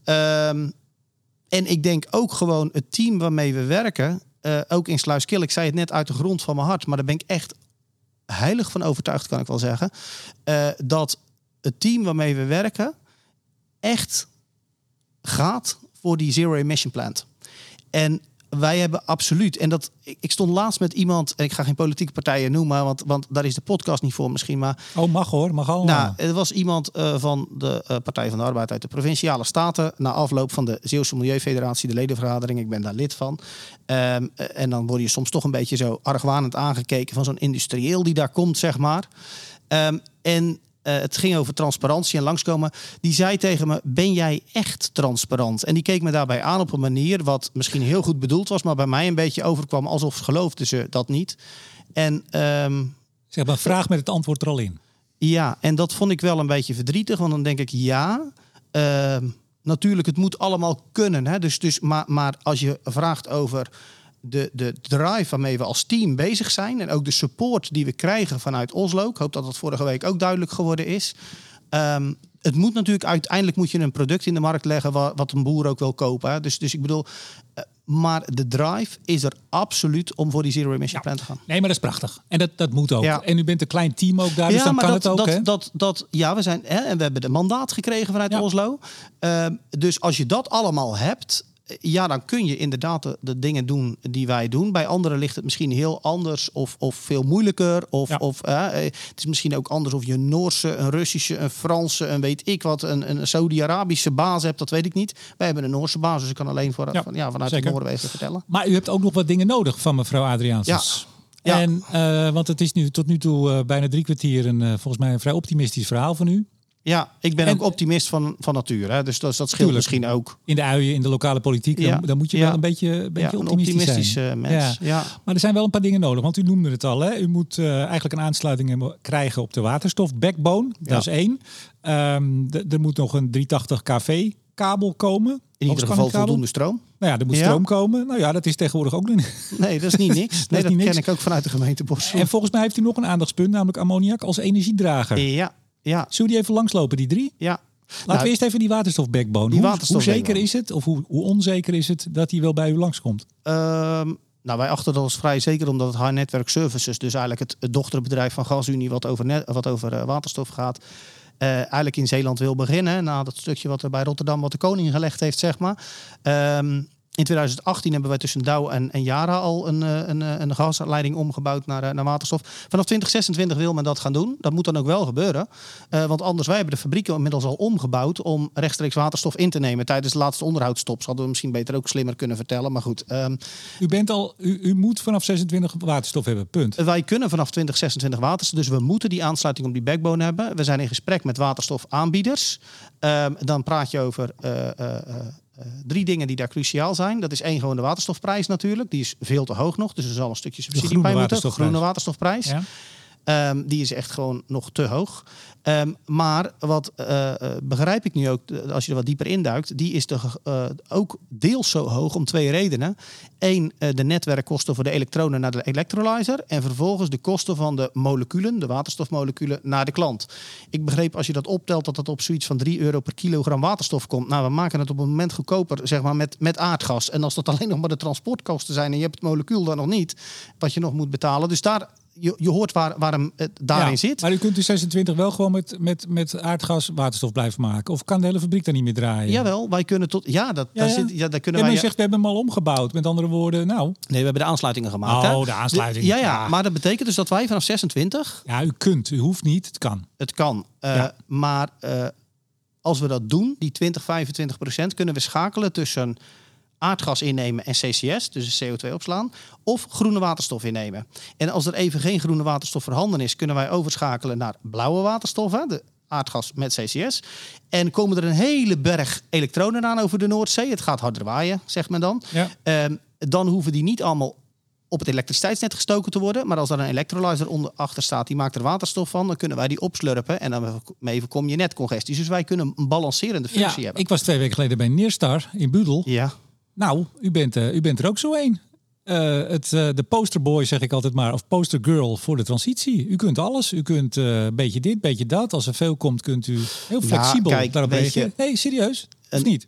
En ik denk ook gewoon het team waarmee we werken, ook in Sluiskil, ik zei het net uit de grond van mijn hart, maar daar ben ik echt heilig van overtuigd, kan ik wel zeggen, dat het team waarmee we werken echt gaat voor die zero emission plant. En wij hebben absoluut, en ik stond laatst met iemand, en ik ga geen politieke partijen noemen, want daar is de podcast niet voor misschien, maar... Oh, mag hoor, mag allemaal. Nou, er was iemand van de Partij van de Arbeid uit de Provinciale Staten, na afloop van de Zeeuwse Milieufederatie, de ledenvergadering, ik ben daar lid van. En dan word je soms toch een beetje zo argwanend aangekeken van zo'n industrieel die daar komt, zeg maar. Het ging over transparantie en langskomen. Die zei tegen me, ben jij echt transparant? En die keek me daarbij aan op een manier wat misschien heel goed bedoeld was, maar bij mij een beetje overkwam alsof geloofden ze dat niet. En zeg maar, vraag met het antwoord er al in. Ja, en dat vond ik wel een beetje verdrietig, want dan denk ik, natuurlijk, het moet allemaal kunnen. Hè? Maar als je vraagt over de drive waarmee we als team bezig zijn en ook de support die we krijgen vanuit Oslo. Ik hoop dat dat vorige week ook duidelijk geworden is. Het moet natuurlijk uiteindelijk moet je een product in de markt leggen wat een boer ook wil kopen. Hè? Dus ik bedoel, maar de drive is er absoluut om voor die zero emission plant te gaan. Nee, maar dat is prachtig. En dat moet ook. Ja. En u bent een klein team ook daar, dus dan kan het ook. We zijn en we hebben de mandaat gekregen vanuit Oslo. Dus als je dat allemaal hebt, dan kun je inderdaad de dingen doen die wij doen. Bij anderen ligt het misschien heel anders of veel moeilijker. Het is misschien ook anders of je een Noorse, een Russische, een Franse, een weet ik wat, een Saudi-Arabische basis hebt. Dat weet ik niet. Wij hebben een Noorse basis, dus ik kan alleen vanuit de Noorwegen vertellen. Maar u hebt ook nog wat dingen nodig van mevrouw Adriaansens. Ja. En, want het is nu tot nu toe bijna 3 kwartier volgens mij een vrij optimistisch verhaal van u. Ja, ik ben ook optimist van natuur. Hè? Dus dat scheelt misschien ook. In de uien, in de de politiek, dan moet je wel een beetje optimistisch zijn. Mens. Ja. Maar er zijn wel een paar dingen nodig, want u noemde het al. Hè? U moet eigenlijk een aansluiting krijgen op de waterstof. Backbone, dat is 1. Er moet nog een 380 kV kabel komen. In ieder geval voldoende stroom. Nou ja, er moet stroom komen. Nou ja, dat is tegenwoordig ook niet. Nee, dat is niet niks. dat ken ik ook vanuit de gemeente Bossel. En volgens mij heeft u nog een aandachtspunt, namelijk ammoniak als energiedrager. Ja. Zullen we die even langslopen, die 3? Ja. Laten we eerst even die waterstof backbone. Hoe zeker is het, of hoe onzeker is het dat die wel bij u langskomt? Wij achten dat als vrij zeker, omdat het High Network Services, dus eigenlijk het dochterbedrijf van GasUnie wat over waterstof gaat, eigenlijk in Zeeland wil beginnen. Na dat stukje wat er bij Rotterdam wat de koning gelegd heeft, zeg maar. In 2018 hebben wij tussen Douw en Yara al een gasleiding omgebouwd naar waterstof. Vanaf 2026 wil men dat gaan doen. Dat moet dan ook wel gebeuren. Want anders, wij hebben de fabrieken inmiddels al omgebouwd om rechtstreeks waterstof in te nemen. Tijdens de laatste onderhoudsstops hadden we misschien beter ook slimmer kunnen vertellen. Maar goed. U moet vanaf 26 waterstof hebben, punt. Wij kunnen vanaf 2026 waterstof. Dus we moeten die aansluiting op die backbone hebben. We zijn in gesprek met waterstofaanbieders. Dan praat je over 3 dingen die daar cruciaal zijn. Dat is 1, gewoon de waterstofprijs natuurlijk. Die is veel te hoog nog. Dus er zal een stukje subsidie bij moeten. De groene waterstofprijs. Ja. Die is echt gewoon nog te hoog. Maar wat begrijp ik nu ook, als je er wat dieper induikt, die is ook deels zo hoog om 2 redenen. 1, de netwerkkosten voor de elektronen naar de electrolyzer. En vervolgens de kosten van de moleculen, de waterstofmoleculen, naar de klant. Ik begreep als je dat optelt dat op zoiets van €3 per kilogram waterstof komt. Nou, we maken het op het moment goedkoper, zeg maar, met aardgas. En als dat alleen nog maar de transportkosten zijn en je hebt het molecuul dan nog niet, wat je nog moet betalen. Dus daar... Je hoort waar hem daarin zit. Maar u kunt in 26 wel gewoon met aardgas waterstof blijven maken. Of kan de hele fabriek daar niet meer draaien? Jawel, wij kunnen tot... daar kunnen wij... U zegt, we hebben hem al omgebouwd. Met andere woorden, nou... Nee, we hebben de aansluitingen gemaakt. Oh, de aansluitingen. Ja, maar dat betekent dus dat wij vanaf 26... Ja, u kunt. U hoeft niet. Het kan. Het kan. Maar als we dat doen, die 20-25%, kunnen we schakelen tussen aardgas innemen en CCS, dus CO2 opslaan, of groene waterstof innemen. En als er even geen groene waterstof voorhanden is, kunnen wij overschakelen naar blauwe waterstof, de aardgas met CCS. En komen er een hele berg elektronen aan over de Noordzee. Het gaat harder waaien, zegt men dan. Ja. Dan hoeven die niet allemaal op het elektriciteitsnet gestoken te worden. Maar als er een electrolyzer achter staat, die maakt er waterstof van, dan kunnen wij die opslurpen en dan voorkom je netcongestie. Dus wij kunnen een balancerende functie hebben. Ik was 2 weken geleden bij Neerstar in Budel. Ja. Nou, u bent er ook zo een. De posterboy, zeg ik altijd maar, of postergirl voor de transitie. U kunt alles. U kunt beetje dit, beetje dat. Als er veel komt, kunt u heel flexibel daarop reageren. Nee, serieus? Of niet?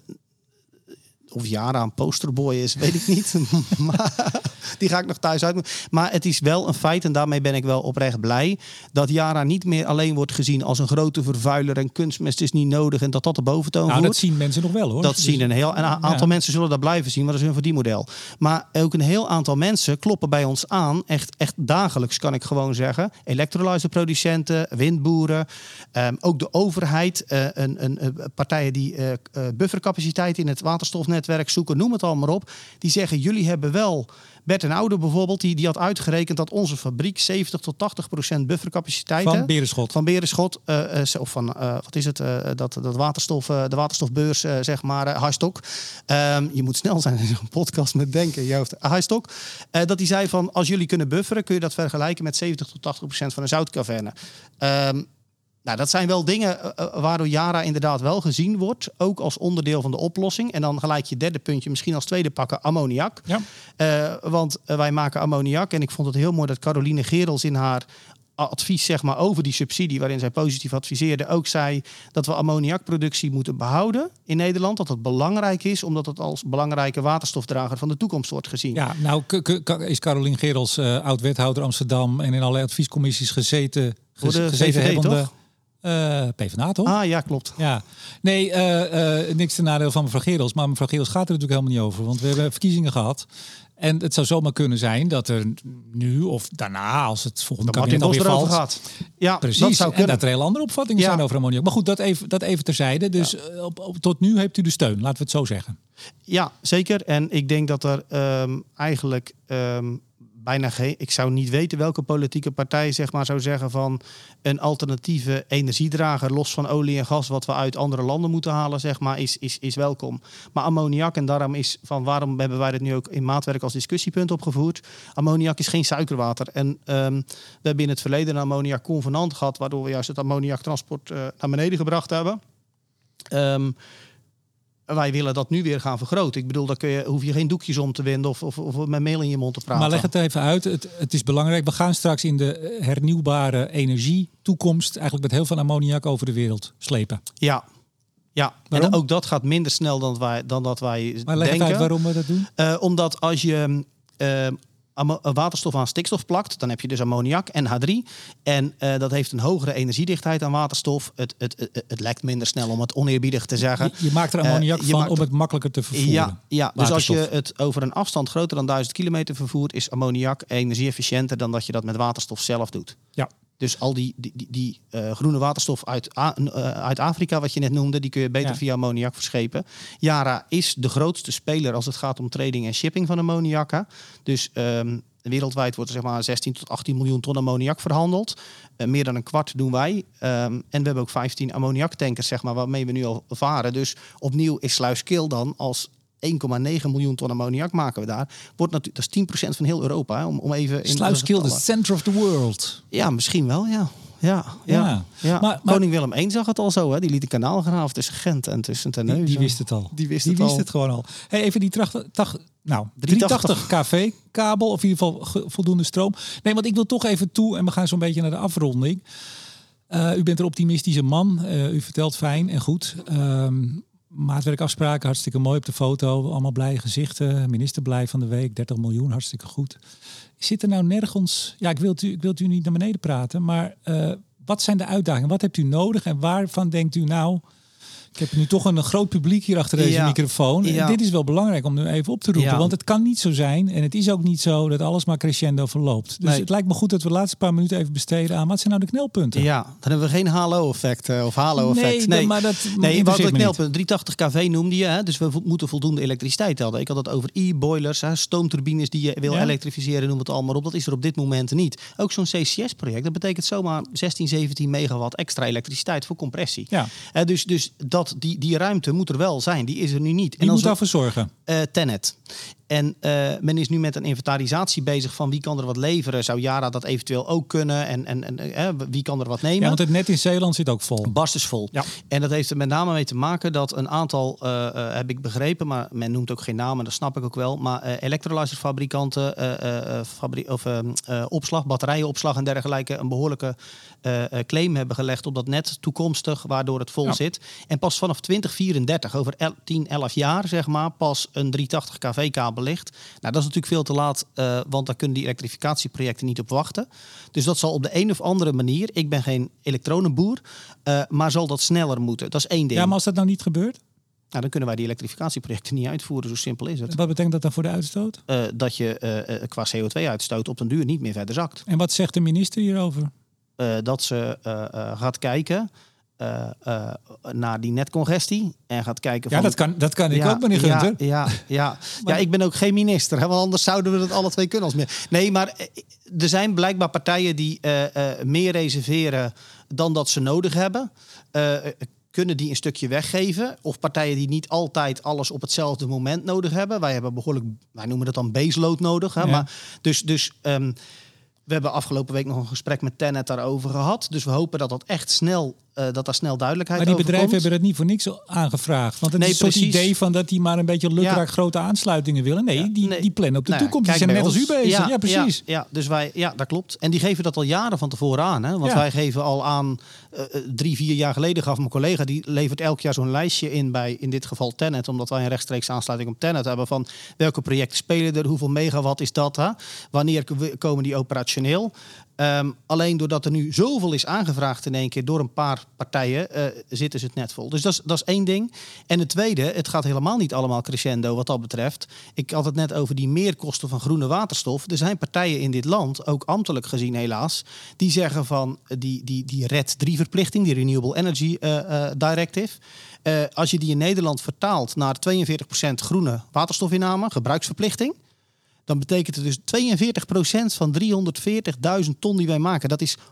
Of Yara een posterboy is, weet ik niet. Maar die ga ik nog thuis uit. Maar het is wel een feit, en daarmee ben ik wel oprecht blij, dat Yara niet meer alleen wordt gezien als een grote vervuiler en kunstmest is niet nodig en dat de boventoon voert. Dat zien mensen nog wel, hoor. Dat zien een aantal mensen zullen dat blijven zien, maar dat is hun verdienmodel. Maar ook een heel aantal mensen kloppen bij ons aan, echt dagelijks kan ik gewoon zeggen. Electrolyzerproducenten, windboeren, ook de overheid, partijen die buffercapaciteit in het waterstofnetwerk zoeken, noem het allemaal op. Die zeggen, jullie hebben wel... Bert en Oude bijvoorbeeld, die had uitgerekend dat onze fabriek 70-80% buffercapaciteit... Van Berenschot. Van Berenschot, of van, wat is het, dat waterstof, de waterstofbeurs, zeg maar, Highstock. Je moet snel zijn in zo'n podcast met denken, je hoofd. Highstock. Dat die zei van, als jullie kunnen bufferen, kun je dat vergelijken met 70-80% van een zoutkaverne. Nou, dat zijn wel dingen waardoor Yara inderdaad wel gezien wordt. Ook als onderdeel van de oplossing. En dan gelijk je derde puntje, misschien als tweede pakken, ammoniak. Ja. Want wij maken ammoniak. En ik vond het heel mooi dat Caroline Gerels in haar advies, zeg maar, over die subsidie, waarin zij positief adviseerde, ook zei dat we ammoniakproductie moeten behouden in Nederland. Dat het belangrijk is, omdat het als belangrijke waterstofdrager van de toekomst wordt gezien. Ja, nou is Caroline Gerels oud-wethouder Amsterdam en in allerlei adviescommissies gezeten. Voor de VVD, toch? PvdA, toch? Ah, ja, klopt. Ja. Nee, niks ten nadeel van mevrouw Gerels. Maar mevrouw Gerels gaat er natuurlijk helemaal niet over. Want we hebben verkiezingen gehad. En het zou zomaar kunnen zijn dat er nu of daarna, als het volgende kabinet alweer valt... gaat. Ja, precies. Dat zou kunnen. En dat er heel andere opvattingen zijn over ammoniak. Maar goed, dat even terzijde. Dus tot nu heeft u de steun, laten we het zo zeggen. Ja, zeker. En ik denk dat er eigenlijk bijna geen... Ik zou niet weten welke politieke partij zeg maar zou zeggen van een alternatieve energiedrager los van olie en gas wat we uit andere landen moeten halen, zeg maar, is welkom. Maar ammoniak, en daarom is van waarom hebben wij dit nu ook in Maatwerk als discussiepunt opgevoerd. Ammoniak is geen suikerwater. En we hebben in het verleden een ammoniakconvenant gehad, waardoor we juist het ammoniaktransport naar beneden gebracht hebben. Wij willen dat nu weer gaan vergroten. Ik bedoel, daar hoef je geen doekjes om te winden of met meel in je mond te praten. Maar leg het even uit. Het is belangrijk. We gaan straks in de hernieuwbare energietoekomst eigenlijk met heel veel ammoniak over de wereld slepen. Ja. En ook dat gaat minder snel dan dat wij maar leg denken. Uit waarom we dat doen. Omdat als je waterstof aan stikstof plakt, dan heb je dus ammoniak, NH3. En dat heeft een hogere energiedichtheid aan waterstof. Het lekt minder snel, om het oneerbiedig te zeggen. Je maakt er ammoniak om het makkelijker te vervoeren. Ja. Dus als je het over een afstand groter dan 1000 kilometer vervoert, is ammoniak energie-efficiënter dan dat je dat met waterstof zelf doet. Ja. Dus al die groene waterstof uit Afrika, wat je net noemde, die kun je beter via ammoniak verschepen. Yara is de grootste speler als het gaat om trading en shipping van ammoniak. Dus wereldwijd wordt er zeg maar 16 tot 18 miljoen ton ammoniak verhandeld. Meer dan een kwart doen wij. En we hebben ook 15 ammoniaktankers, zeg maar, waarmee we nu al varen. Dus opnieuw is Sluiskil dan als 1,9 miljoen ton ammoniak maken we daar. Wordt natuurlijk, dat is 10% van heel Europa. Hè, om even in Sluiskil, the center of the world. Ja, misschien wel, ja. Ja. Maar Koning Willem I zag het al zo. Hè? Die liet een kanaal graven tussen Gent en tussen Terneuzen. Die wist het al. Die wist het gewoon al. Hey, even die 380 kV-kabel, of in ieder geval voldoende stroom. Nee, want ik wil toch even toe, en we gaan zo'n beetje naar de afronding. U bent een optimistische man. U vertelt fijn en goed. Maatwerkafspraken, hartstikke mooi op de foto. Allemaal blije gezichten. Minister blij van de week. 30 miljoen, hartstikke goed. Zit er nou nergens... Ja, ik wil u niet naar beneden praten. Maar wat zijn de uitdagingen? Wat hebt u nodig? En waarvan denkt u nou... Ik heb nu toch een groot publiek hier achter deze microfoon. En dit is wel belangrijk om nu even op te roepen. Ja. Want het kan niet zo zijn. En het is ook niet zo dat alles maar crescendo verloopt. Dus het lijkt me goed dat we de laatste paar minuten even besteden aan. Wat zijn nou de knelpunten? Ja, dan hebben we geen halo-effect of halo-effect. Nee, maar dat wat het knelpunt. 380 kV noemde je. Hè? Dus we moeten voldoende elektriciteit hebben. Ik had het over e-boilers, stoomturbines die je wil elektrificeren. Noem het allemaal op. Dat is er op dit moment niet. Ook zo'n CCS-project. Dat betekent zomaar 16, 17 megawatt extra elektriciteit voor compressie. Ja. Dus die ruimte moet er wel zijn. Die is er nu niet. Wie moet daarvoor zorgen? TenneT. En men is nu met een inventarisatie bezig van wie kan er wat leveren. Zou Yara dat eventueel ook kunnen? En wie kan er wat nemen? Ja, want het net in Zeeland zit ook vol. Barst is vol. Ja. En dat heeft er met name mee te maken dat een aantal, heb ik begrepen, maar men noemt ook geen namen, dat snap ik ook wel. Maar elektrolyzerfabrikanten, opslag, batterijenopslag en dergelijke, een behoorlijke claim hebben gelegd op dat net toekomstig, waardoor het vol zit. En pas vanaf 2034, over 10, 11 jaar, zeg maar, pas een 380 kV-kabel ligt. Nou, dat is natuurlijk veel te laat, want daar kunnen die elektrificatieprojecten niet op wachten. Dus dat zal op de een of andere manier, ik ben geen elektronenboer, maar zal dat sneller moeten. Dat is één ding. Ja, maar als dat nou niet gebeurt? Nou, dan kunnen wij die elektrificatieprojecten niet uitvoeren, zo simpel is het. Wat betekent dat dan voor de uitstoot? Dat je qua CO2-uitstoot op den duur niet meer verder zakt. En wat zegt de minister hierover? Dat ze gaat kijken naar die netcongestie en gaat kijken van... Ja, dat kan ik ook, meneer Gunther. Ja, ik ben ook geen minister, hè, want anders zouden we dat alle twee kunnen als meer. Nee, maar er zijn blijkbaar partijen die meer reserveren dan dat ze nodig hebben. Kunnen die een stukje weggeven? Of partijen die niet altijd alles op hetzelfde moment nodig hebben. Wij hebben behoorlijk, wij noemen dat dan baseload nodig. Hè, maar we hebben afgelopen week nog een gesprek met TenneT daarover gehad. Dus we hopen dat dat echt snel, dat daar snel duidelijkheid over komt. Maar die bedrijven hebben het niet voor niks aangevraagd. Want het is een soort idee van dat die maar een beetje lukraak grote aansluitingen willen. Nee, die plannen op de toekomst. Die zijn net als u bezig. Ja, precies. Ja, dus dat klopt. En die geven dat al jaren van tevoren aan. Hè? Want wij geven al aan, 3-4 jaar geleden gaf mijn collega, die levert elk jaar zo'n lijstje in bij, in dit geval TenneT, omdat wij een rechtstreeks aansluiting op TenneT hebben van welke projecten spelen er, hoeveel megawatt is dat, hè? Wanneer komen die operationeel. Alleen doordat er nu zoveel is aangevraagd in één keer door een paar partijen, zitten ze het net vol. Dus dat is één ding. En het tweede, het gaat helemaal niet allemaal crescendo wat dat betreft. Ik had het net over die meerkosten van groene waterstof. Er zijn partijen in dit land, ook ambtelijk gezien helaas, die zeggen van die RED III-verplichting, die Renewable Energy Directive. Als je die in Nederland vertaalt naar 42% groene waterstofinname, gebruiksverplichting, dan betekent het dus 42% van 340.000 ton die wij maken. Dat is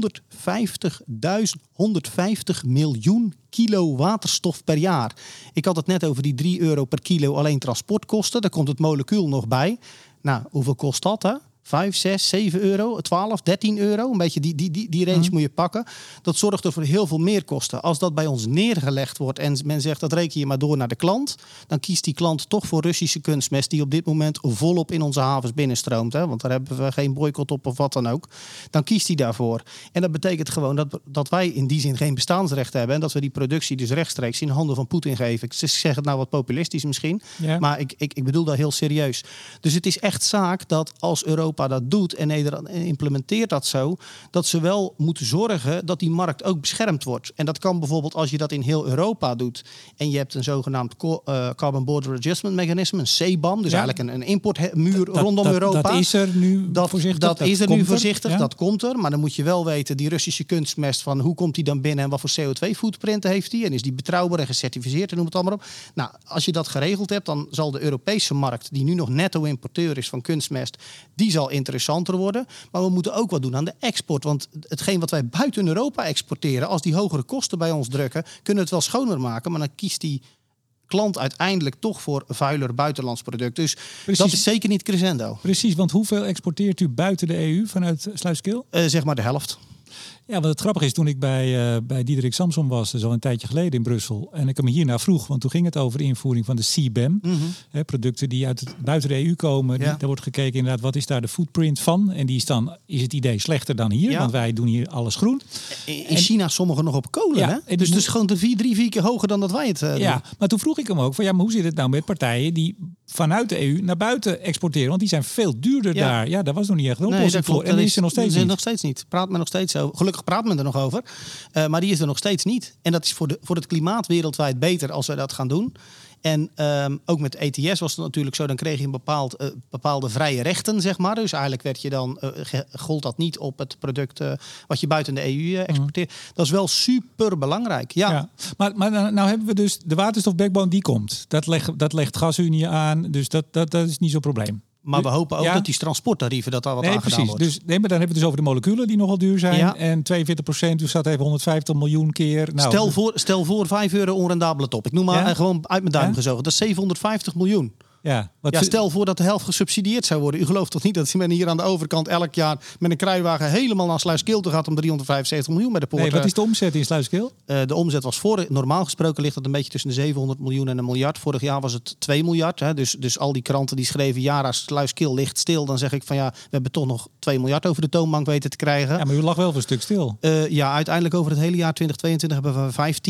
150 miljoen kilo waterstof per jaar. Ik had het net over die €3 per kilo alleen transportkosten. Daar komt het molecuul nog bij. Nou, hoeveel kost dat, hè? 5, 6, 7 euro, 12, 13 euro. Een beetje die range moet je pakken. Dat zorgt er voor heel veel meerkosten. Als dat bij ons neergelegd wordt en men zegt dat reken je maar door naar de klant, dan kiest die klant toch voor Russische kunstmest die op dit moment volop in onze havens binnenstroomt. Hè? Want daar hebben we geen boycott op of wat dan ook. Dan kiest hij daarvoor. En dat betekent gewoon dat wij in die zin geen bestaansrecht hebben en dat we die productie dus rechtstreeks in handen van Poetin geven. Ik zeg het nou wat populistisch misschien, maar ik bedoel dat heel serieus. Dus het is echt zaak dat als Europa dat doet en Nederland implementeert dat zo, dat ze wel moeten zorgen dat die markt ook beschermd wordt. En dat kan bijvoorbeeld als je dat in heel Europa doet en je hebt een zogenaamd Carbon Border Adjustment Mechanism, een CBAM, dus eigenlijk een importmuur rondom Europa. Dat is er nu voorzichtig. Dat is er nu voorzichtig, dat komt er. Maar dan moet je wel weten, die Russische kunstmest, van hoe komt die dan binnen en wat voor CO2-footprint heeft die? En is die betrouwbaar en gecertificeerd en noem het allemaal op. Nou, als je dat geregeld hebt, dan zal de Europese markt, die nu nog netto-importeur is van kunstmest, die zal interessanter worden. Maar we moeten ook wat doen aan de export. Want hetgeen wat wij buiten Europa exporteren, als die hogere kosten bij ons drukken, kunnen we het wel schoner maken. Maar dan kiest die klant uiteindelijk toch voor een vuiler buitenlands product. Dus dat is zeker niet crescendo. Precies, want hoeveel exporteert u buiten de EU vanuit Sluiskil? Zeg maar de helft. Ja, wat het grappige is, toen ik bij Diederik Samsom was, dus al een tijdje geleden in Brussel, en ik hem hiernaar vroeg, want toen ging het over de invoering van de CBAM. Producten die buiten de EU komen, daar wordt gekeken inderdaad, wat is daar de footprint van? En die is het idee slechter dan hier, want wij doen hier alles groen. In China sommigen nog op kolen, hè? Dus gewoon 3-4 keer hoger dan dat wij het doen. Ja, maar toen vroeg ik hem ook, maar hoe zit het nou met partijen die vanuit de EU naar buiten exporteren? Want die zijn veel duurder daar. Ja, daar was nog niet echt een oplossing voor. En die is er nog steeds niet. Nog steeds niet. Praat men nog steeds over. Gelukkig praat men er nog over. Maar die is er nog steeds niet. En dat is voor het klimaat wereldwijd beter als wij dat gaan doen. En ook met ETS was het natuurlijk zo. Dan kreeg je een bepaalde vrije rechten, zeg maar. Dus eigenlijk werd je dan gold dat niet op het product wat je buiten de EU exporteert. Dat is wel super belangrijk. Ja. Maar nou hebben we dus de waterstofbackbone die komt. Dat legt GasUnie aan. Dus dat is niet zo'n probleem. Maar we hopen ook dat die transporttarieven dat daar wat aan gedaan wordt. Dus, maar dan hebben we het dus over de moleculen die nogal duur zijn. Ja. En 42%, dus dat even 150 miljoen keer. Nou, stel voor €5 onrendabele top. Ik noem maar gewoon uit mijn duim gezogen. Dat is 750 miljoen. Ja, stel voor dat de helft gesubsidieerd zou worden. U gelooft toch niet dat men hier aan de overkant elk jaar met een kruiwagen helemaal naar Sluiskil toe gaat om 375 miljoen bij de poort. Nee, wat is de omzet in Sluiskil? De omzet was normaal gesproken ligt dat een beetje tussen de 700 miljoen en 1 miljard. Vorig jaar was het 2 miljard. Hè. Dus al die kranten die schreven, ja, als Sluiskil ligt stil, dan zeg ik van we hebben toch nog 2 miljard over de toonbank weten te krijgen. Ja, maar u lag wel voor een stuk stil. Uiteindelijk over het hele jaar 2022 hebben we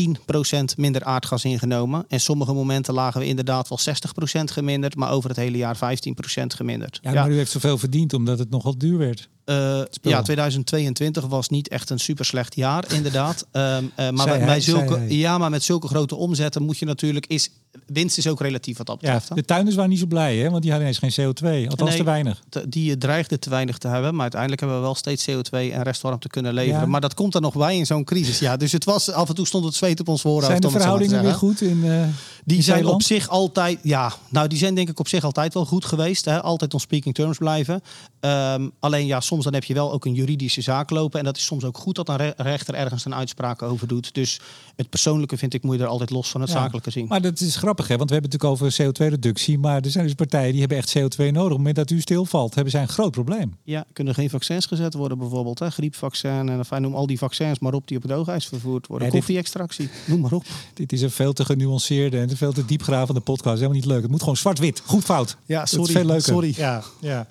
15% minder aardgas ingenomen. En sommige momenten lagen we inderdaad wel 60% geminderd. Maar over het hele jaar 15% geminderd. Ja, maar u heeft zoveel verdiend omdat het nogal duur werd. 2022 was niet echt een super slecht jaar, inderdaad. Maar met zulke grote omzetten moet je natuurlijk... Winst is ook relatief wat dat betreft. Ja, de tuinders waren niet zo blij, hè? Want die hadden ineens geen CO2. Althans te weinig. Die dreigden te weinig te hebben. Maar uiteindelijk hebben we wel steeds CO2 en restwarmte kunnen leveren. Ja. Maar dat komt er nog bij in zo'n crisis. Ja, dus het was af en toe stond het zweet op ons voorhoofd. Zijn de verhoudingen weer goed die zijn op zich altijd... die zijn denk ik op zich altijd wel goed geweest. Hè? Altijd on speaking terms blijven. Alleen soms dan heb je wel ook een juridische zaak lopen. En dat is soms ook goed dat een rechter ergens een uitspraak over doet. Dus het persoonlijke vind ik moet je er altijd los van het zakelijke zien. Maar dat is grappig, hè? Want we hebben het natuurlijk over CO2-reductie. Maar er zijn dus partijen die hebben echt CO2 nodig. Op het moment dat u stilvalt, hebben zij een groot probleem. Ja, kunnen geen vaccins gezet worden bijvoorbeeld. Hè? Griepvaccin en noem al die vaccins maar op die op het oogijs vervoerd worden. Koffie-extractie, noem maar op. Dit is een veel te genuanceerde en veel te diepgravende podcast. Helemaal niet leuk. Het moet gewoon zwart-wit. Goed fout. Ja, sorry. Dat is veel leuker. Sorry. Ja.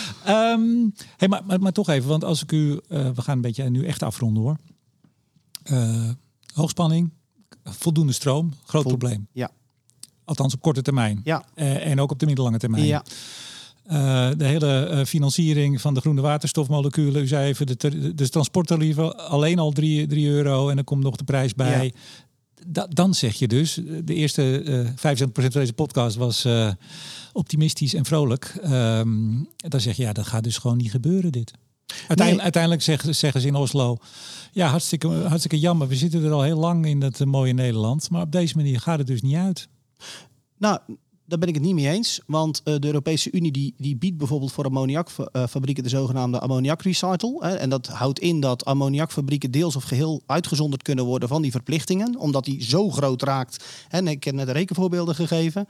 Maar toch even, want als ik u... we gaan een beetje nu echt afronden, hoor. Hoogspanning, voldoende stroom, groot probleem. Ja. Althans op korte termijn. Ja. En ook op de middellange termijn. Ja. De hele financiering van de groene waterstofmoleculen. U zei even, de transporttarieven alleen al €3 en dan komt nog de prijs bij. Ja. Dan zeg je dus, de eerste 75% van deze podcast was optimistisch en vrolijk. Dan zeg je, dat gaat dus gewoon niet gebeuren dit. Uiteindelijk zeggen ze in Oslo, hartstikke jammer. We zitten er al heel lang in dat mooie Nederland. Maar op deze manier gaat het dus niet uit. Nou, Daar ben ik het niet mee eens. Want de Europese Unie die biedt bijvoorbeeld voor ammoniakfabrieken de zogenaamde ammoniak recycle. En dat houdt in dat ammoniakfabrieken deels of geheel uitgezonderd kunnen worden van die verplichtingen. Omdat die zo groot raakt. En ik heb net rekenvoorbeelden gegeven.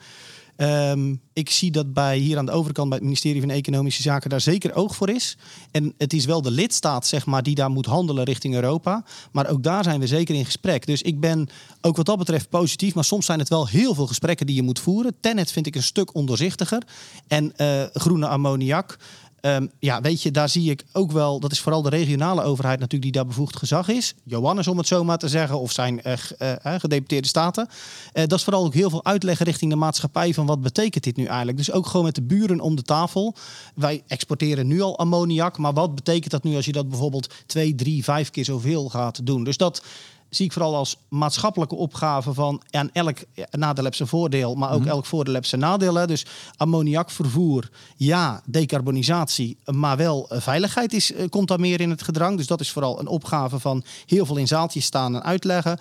Ik zie dat hier aan de overkant bij het ministerie van Economische Zaken daar zeker oog voor is. En het is wel de lidstaat, zeg maar, die daar moet handelen richting Europa. Maar ook daar zijn we zeker in gesprek. Dus ik ben ook wat dat betreft positief. Maar soms zijn het wel heel veel gesprekken die je moet voeren. TenneT vind ik een stuk ondoorzichtiger. En groene ammoniak. Weet je, daar zie ik ook wel, dat is vooral de regionale overheid natuurlijk die daar bevoegd gezag is. Johannes, om het zo maar te zeggen, of zijn gedeputeerde staten. Dat is vooral ook heel veel uitleggen richting de maatschappij van wat betekent dit nu eigenlijk. Dus ook gewoon met de buren om de tafel. Wij exporteren nu al ammoniak, maar wat betekent dat nu als je dat bijvoorbeeld 2, 3, 5 keer zoveel gaat doen? Dus dat zie ik vooral als maatschappelijke opgave van en elk nadeel heeft zijn voordeel, maar ook elk voordeel heeft zijn nadelen. Dus ammoniakvervoer, ja, decarbonisatie, maar wel veiligheid komt daar meer in het gedrang. Dus dat is vooral een opgave van heel veel in zaaltjes staan en uitleggen.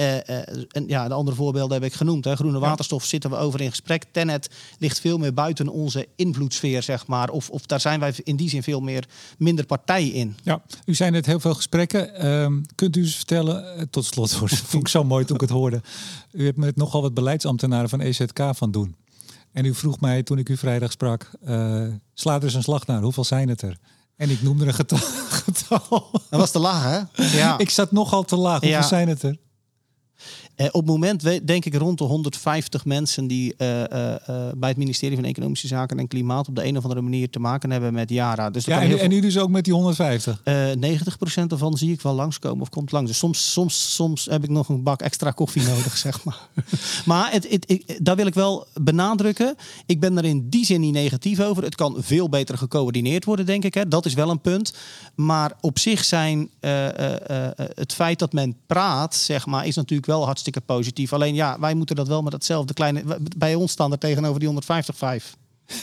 En ja, de andere voorbeelden heb ik genoemd. Groene waterstof zitten we over in gesprek. TenneT ligt veel meer buiten onze invloedssfeer, zeg maar. Of daar zijn wij in die zin minder partij in. Ja, u zei net heel veel gesprekken. Kunt u eens vertellen, tot slot, vond ik zo mooi toen ik het hoorde. U hebt met nogal wat beleidsambtenaren van EZK van doen. En u vroeg mij toen ik u vrijdag sprak, sla er eens een slag naar. Hoeveel zijn het er? En ik noemde een getal. Dat was te laag, hè? Ja. Ik zat nogal te laag. Hoeveel zijn het er? Op het moment denk ik rond de 150 mensen die bij het ministerie van Economische Zaken en Klimaat op de een of andere manier te maken hebben met Yara. Dus en nu dus ook met die 150? 90% ervan zie ik wel langskomen of komt langs. Dus soms heb ik nog een bak extra koffie nodig, zeg maar. Maar daar wil ik wel benadrukken. Ik ben er in die zin niet negatief over. Het kan veel beter gecoördineerd worden, denk ik. Hè. Dat is wel een punt. Maar op zich zijn het feit dat men praat, zeg maar, is natuurlijk wel hartstikke positief. Alleen ja, wij moeten dat wel met datzelfde kleine. Bij ons staan er tegenover die 150,5.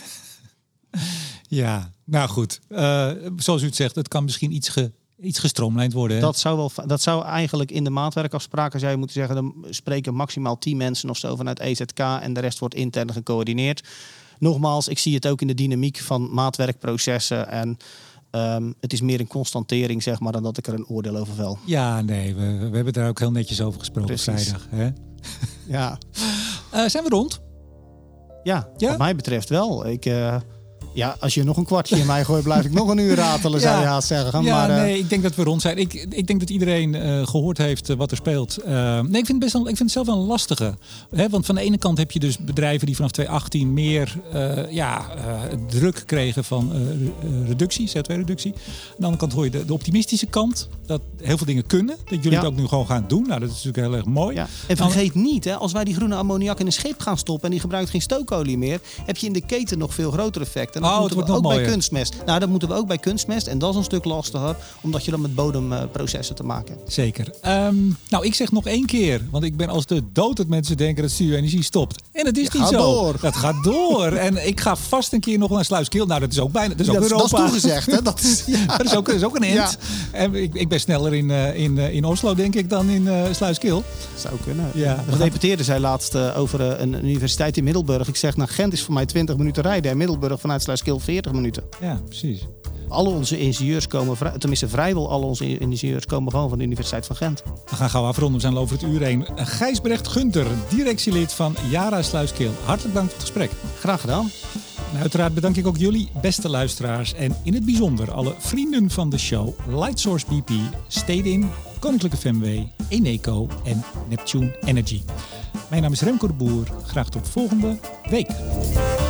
Ja, nou goed. Zoals u het zegt, het kan misschien iets gestroomlijnd worden. Hè? Dat zou eigenlijk in de maatwerkafspraken zou je moeten zeggen, dan spreken maximaal 10 mensen of zo vanuit EZK en de rest wordt intern gecoördineerd. Nogmaals, ik zie het ook in de dynamiek van maatwerkprocessen en het is meer een constatering, zeg maar, dan dat ik er een oordeel over vel. Ja, nee, we hebben daar ook heel netjes over gesproken. Precies. Vrijdag. Hè? Ja. Zijn we rond? Ja, wat mij betreft wel. Als je nog een kwartje in mij gooit, blijf ik nog een uur ratelen, zou je haast zeggen. Ja, maar, nee, ik denk dat we rond zijn. Ik denk dat iedereen gehoord heeft wat er speelt. Ik vind het zelf wel een lastige. Hè? Want van de ene kant heb je dus bedrijven die vanaf 2018 meer druk kregen van reductie, CO2-reductie. Aan de andere kant hoor je de optimistische kant. Dat heel veel dingen kunnen. Dat jullie het ook nu gewoon gaan doen. Nou, dat is natuurlijk heel erg mooi. Ja. En vergeet niet, hè, als wij die groene ammoniak in een schip gaan stoppen en die gebruikt geen stookolie meer, heb je in de keten nog veel groter effect. En dat moeten we ook bij kunstmest. Nou, dat moeten we ook bij kunstmest. En dat is een stuk lastiger, omdat je dan met bodemprocessen te maken hebt. Zeker. Ik zeg nog 1 keer, want ik ben als de dood dat mensen denken dat Studio Energie stopt. En dat is niet zo. Door. Dat gaat door. En ik ga vast een keer nog naar Sluiskil. Nou, dat is ook bijna. Dat is ook Europa. Dat is toegezegd, hè? Dat is ook een end. Ja. En ik ben sneller in Oslo, denk ik, dan in Sluiskil. Zou kunnen. Ja. De gedeputeerde zei laatst over een universiteit in Middelburg. Ik zeg, Gent is voor mij 20 minuten rijden. En Middelburg vanuit Sluiskil 40 minuten. Ja, precies. Alle onze ingenieurs komen, tenminste vrijwel alle onze ingenieurs komen gewoon van de Universiteit van Gent. We gaan gauw afronden, we zijn al over het uur heen. Gijsbrecht Gunter, directielid van Yara Sluiskil. Hartelijk dank voor het gesprek. Graag gedaan. En uiteraard bedank ik ook jullie, beste luisteraars. En in het bijzonder alle vrienden van de show. Lightsource BP, Stedin, Koninklijke FMW, Eneco en Neptune Energy. Mijn naam is Remco de Boer. Graag tot volgende week.